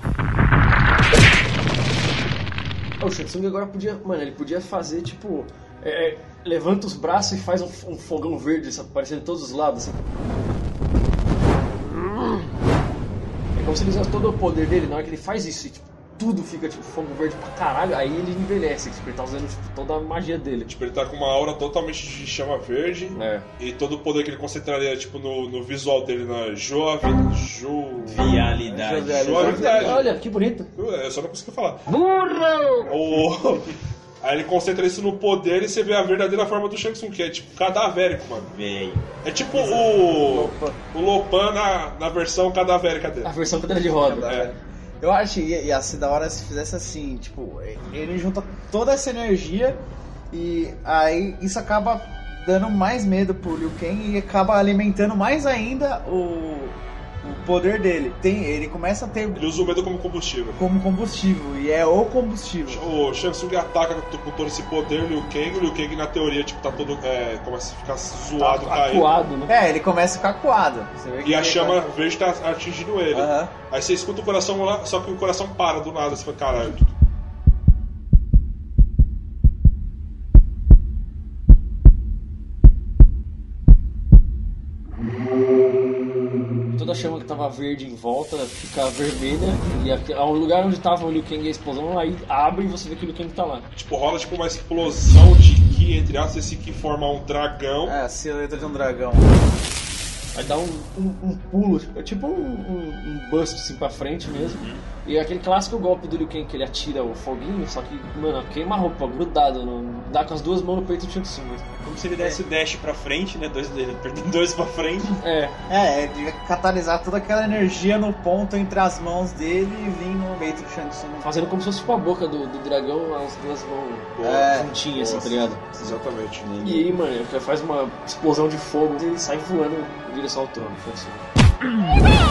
O Shang Tsung agora podia, mano, ele podia fazer, tipo, é, levanta os braços e faz um, um fogão verde, sabe, aparecendo de todos os lados, assim. É como se ele usasse todo o poder dele, na hora que ele faz isso, e, tipo, tudo fica, tipo, fogo verde pra caralho, aí ele envelhece, tipo, ele tá usando, tipo, toda a magia dele. Tipo, ele tá com uma aura totalmente de chama verde. É. E todo o poder que ele concentraria, tipo, no, no visual dele, na jovem... Jo... Vialidade. Jovialidade. Olha, que bonito. Eu só não consigo falar. Burro! O... Aí ele concentra isso no poder e você vê a verdadeira forma do Shang Tsung, que é tipo cadavérico, mano. Véi. É tipo o. O Lopan na, na versão cadavérica dele. A versão cadeira de roda. É. Eu acho que ia, ia ser da hora se fizesse assim, tipo, ele junta toda essa energia e aí isso acaba dando mais medo pro Liu Kang e acaba alimentando mais ainda o, o poder dele. Tem, ele começa a ter Ele usa o medo como combustível. como combustível e é o combustível. O Shang Tsung ataca com, com todo esse poder, o Liu Kang, o Liu Kang na teoria tipo, tá todo. É, começa a ficar zoado, Tá caído. acuado, né? É, ele começa a ficar coado. Você vê que E a ele chama tá- verde tá atingindo ele. Aham. Aí você escuta o coração lá, só que o coração para do nada, você fala, caralho. Toda a chama que tava verde em volta fica vermelha e aqui, ao lugar onde tava o Liu Kang e a explosão, aí abre e você vê que o Liu Kang tá lá. Tipo, rola tipo uma explosão de Ki, entre aspas, esse Ki forma um dragão. É, a silhueta de um dragão. Aí dá um, um, um pulo, é tipo um, um, um bust assim pra frente mesmo. E é aquele clássico golpe do Liu Kang que ele atira o foguinho, só que, mano, queima a roupa, grudado, no, dá com as duas mãos no peito do Shang Tsung. Como se ele desse o dash pra frente, né? Dois, perdendo dois pra frente. É. É, ele devia catalisar toda aquela energia no ponto entre as mãos dele e vir no peito do Shang Tsung. Fazendo como se fosse tipo a boca do, do dragão, as duas mãos É. juntinhas, assim, tá ligado? Exatamente. E aí, mano, ele faz uma explosão de fogo e ele sai voando em direção ao trono. Shang Tsung.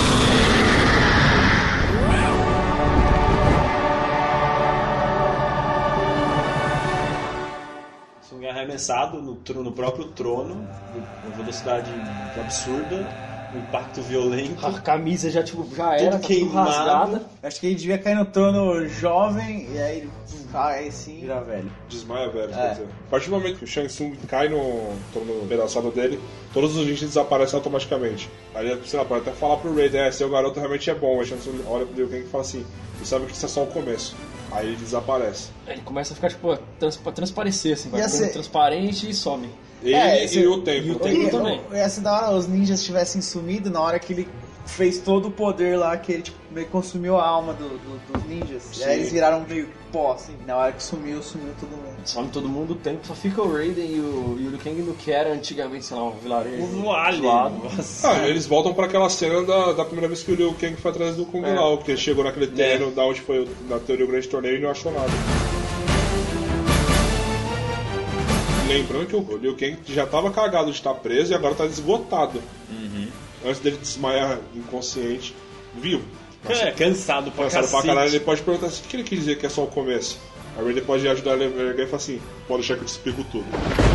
É arremessado no, tro- no próprio trono, uma velocidade absurda, um impacto violento. A camisa já, tipo, já Tudo era, tá tudo queimado. rasgada. Acho que ele devia cair no trono jovem e aí ele cai assim e vira velho. Desmaia, velho. É. Quer dizer. A partir do momento que o Shang Tsung cai no, no pedaçado dele, todos os ninjas desaparecem automaticamente. Aí, sei lá, pode até falar pro Raiden, é, seu garoto realmente é bom. Aí o Shang Tsung olha pro Liu Kang e fala assim, você sabe que isso é só o começo. Aí ele desaparece. Ele começa a ficar, tipo, trans, pra transparecer, assim, vai Ia ficando ser- transparente e some. Ele É, e se- o tempo. e o tempo E- também. Ia ser da hora os ninjas tivessem sumido na hora que ele fez todo o poder lá, que ele tipo, meio que consumiu a alma do- do- dos ninjas. Sim. E aí eles viraram meio pó, assim. Na hora que sumiu, sumiu todo mundo. Some todo mundo, o tempo, só fica o Raiden e o, e o Liu Kang no que era antigamente, sei lá, um vilarejo. O Vale. zoado. Ah, eles voltam pra aquela cena da, da primeira vez que o Liu Kang foi atrás do Kung É. Lao, que ele chegou naquele terreno da onde foi o- na teoria o grande torneio e não achou nada. lembrando que o Liu Kang já tava cagado de estar preso e agora tá esgotado. Uhum. Antes dele desmaiar inconsciente, vivo. É, cansado pra Cansado pra cacete. caralho, ele pode perguntar assim, o que ele quis dizer que é só o começo? Aí o Raiden pode ajudar ele a erguer e falar assim, pode deixar que eu te explico tudo.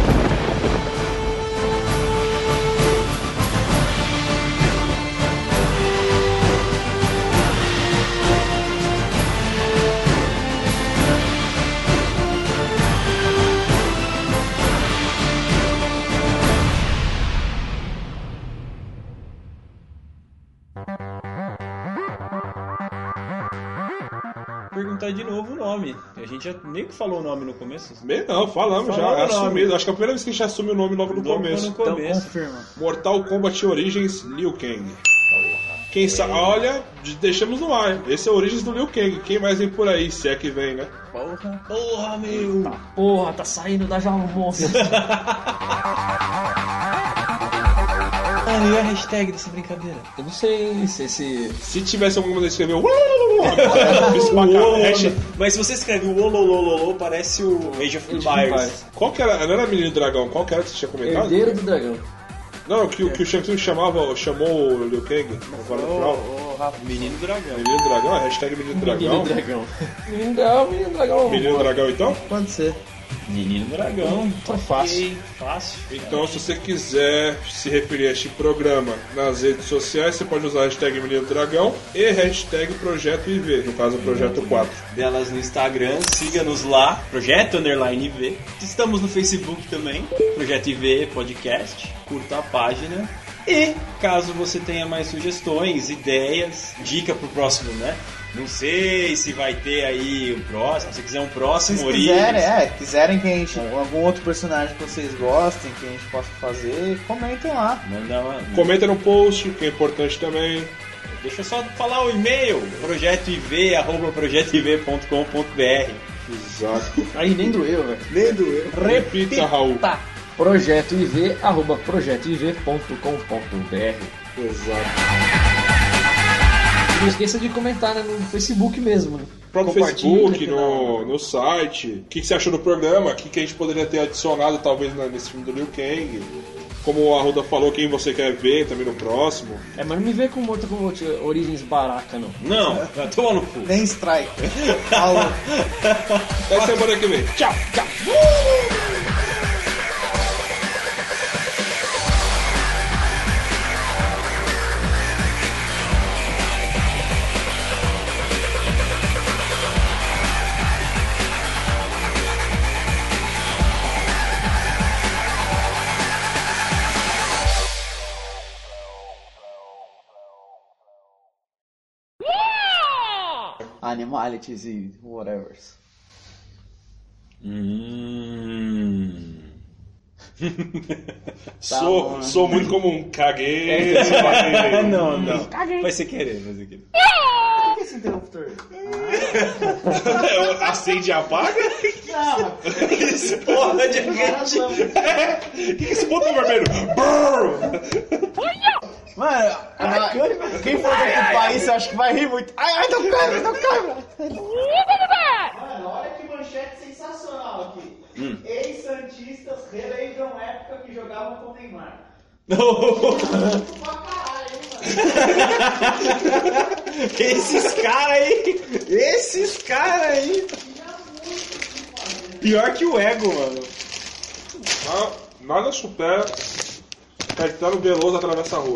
Perguntar de novo o nome. A gente já nem falou o nome no começo. Bem, não, falamos Falou já, é o nome. assumido. Acho que é a primeira vez que a gente assume o nome logo no Logo começo. no começo. Então confirma. Mortal Kombat Origins Liu Kang. Quem sabe, olha, deixamos no ar. Esse é o Origins do Liu Kang. Quem mais vem por aí, se é que vem, né? Porra, porra, meu. Tá, porra, tá saindo da jaula, moça. Ah, e a hashtag dessa brincadeira? Eu não sei se esse... Se tivesse alguma maneira de escrever o Mas se você escreve o ololololô, parece o Age of Empires. Qual que era? Não era Menino Dragão? Qual que era que você tinha comentado? Herdeiro do Dragão. Não, que, o que o Shang Tsung chamava, chamou o Liu Kang agora no final. Menino Dragão. Menino Dragão? Hashtag Menino Dragão. Menino Dragão. Menino Dragão, Menino Dragão. Menino Dragão, então? Pode ser. Menino Dragão. Tá fácil. Fácil. Então, se você quiser se referir a este programa nas redes sociais, você pode usar a hashtag Menino Dragão e hashtag Projeto I V, no caso, Projeto quatro. Delas no Instagram, siga-nos lá, Projeto Underline I V. Estamos no Facebook também, Projeto I V Podcast. Curta a página. E caso você tenha mais sugestões, ideias, dica pro próximo, né? Não sei se vai ter aí o próximo, se quiser um próximo Se Origins. quiserem, é, quiserem que a gente, algum outro personagem que vocês gostem, que a gente possa fazer, comentem lá. Manda uma... Comenta no post, que é importante também. Deixa eu só falar o e-mail, projetoiv, arroba projetoiv ponto com ponto br. Exato. Aí nem doeu, velho. Nem doeu. Repita, Raul. Tá. projetoiv, arroba projetoiv ponto com ponto br. Exato. Não esqueça de comentar, né, no Facebook mesmo. Né? No próprio Facebook, no, no site. O que, que você achou do programa? O que, que a gente poderia ter adicionado, talvez, nesse filme do Liu Kang? Como a Ruda falou, quem você quer ver também no próximo. É, mas não me vê com Mortal Kombat Origins Baraka, não. Não, toma no cu. Nem strike. Falou. Até semana que vem. Tchau, tchau. Animalities e whatever. Hum. sou, bom, né? sou muito comum. Caguei. Não, não. Caguei. Vai ser querer, vai ser querer. Por que esse interruptor? Acende e apaga? Não, Esse porra de gente. O que, que esse botão vermelho? Brrr. mano, a- quem for ocupar isso, eu acho que vai rir muito. Ai, ai, tô câmera, tô câmera. Mano, olha que manchete sensacional aqui. Hum. Ex-santistas relembram época que jogavam com o Neymar. Pra caralho, hein, mano. Esses caras aí. Esses caras aí. Pior que o ego, mano. Ah, nada supera Caetano Veloso atravessa a rua.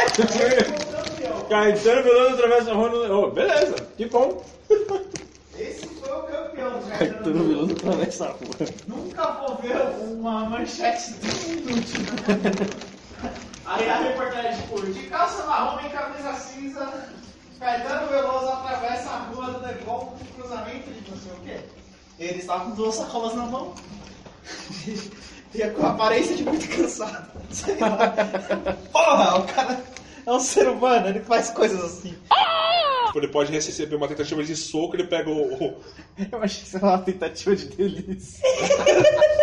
Caetano Veloso atravessa a rua no... Oh, beleza, que bom. Esse foi o campeão, né? Caetano Veloso atravessa a rua. Nunca vou ver uma manchete tão inútil. Aí a reportagem, tipo, de calça marrom e camisa cinza, Caetano Veloso atravessa a rua do Decol de cruzamento de não sei o quê. Ele estava com duas sacolas na mão. E com a aparência de muito cansado. Sei lá. Porra, o cara é um ser humano, ele faz coisas assim. Ele pode receber uma tentativa de soco, ele pega o... Eu achei que isso era uma tentativa de delícia.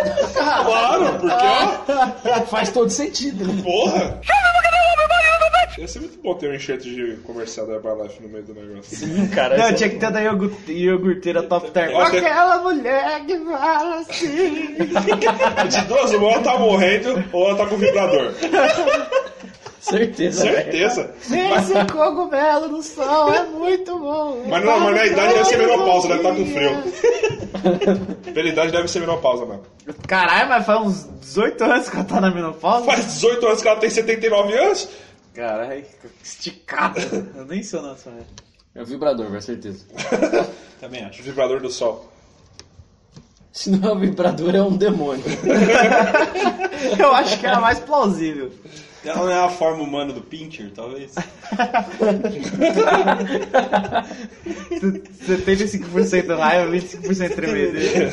Claro, porque ó... Faz todo sentido, né? Porra! Ia ser muito bom ter um enxerto de comercial da Herbalife no meio do negócio. Sim, cara. Não, tinha que ter da iogurt- iogurteira Top Term. Eu acho que- Aquela mulher que fala assim. De duas, ou ela tá morrendo ou ela tá com vibrador. Certeza. Certeza. Mas, Esse cogumelo no sol é muito bom. mas, não, mas na idade deve ser menopausa, deve estar com frio. Pela idade deve ser menopausa mesmo. Caralho, mas faz uns dezoito anos que ela tá na menopausa. Faz dezoito anos que ela tem setenta e nove anos? Caralho, esticado. Eu nem sou nessa época. É o vibrador, velho, certeza. Também acho. Vibrador do sol. Se não é um vibrador, é um demônio. Eu acho que era mais plausível. Ela não é a forma humana do Pincher, talvez? setenta e cinco por cento raiva, vinte e cinco por cento tremedeira.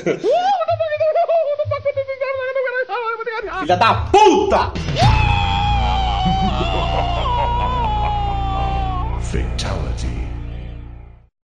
Filha da puta! Fatality.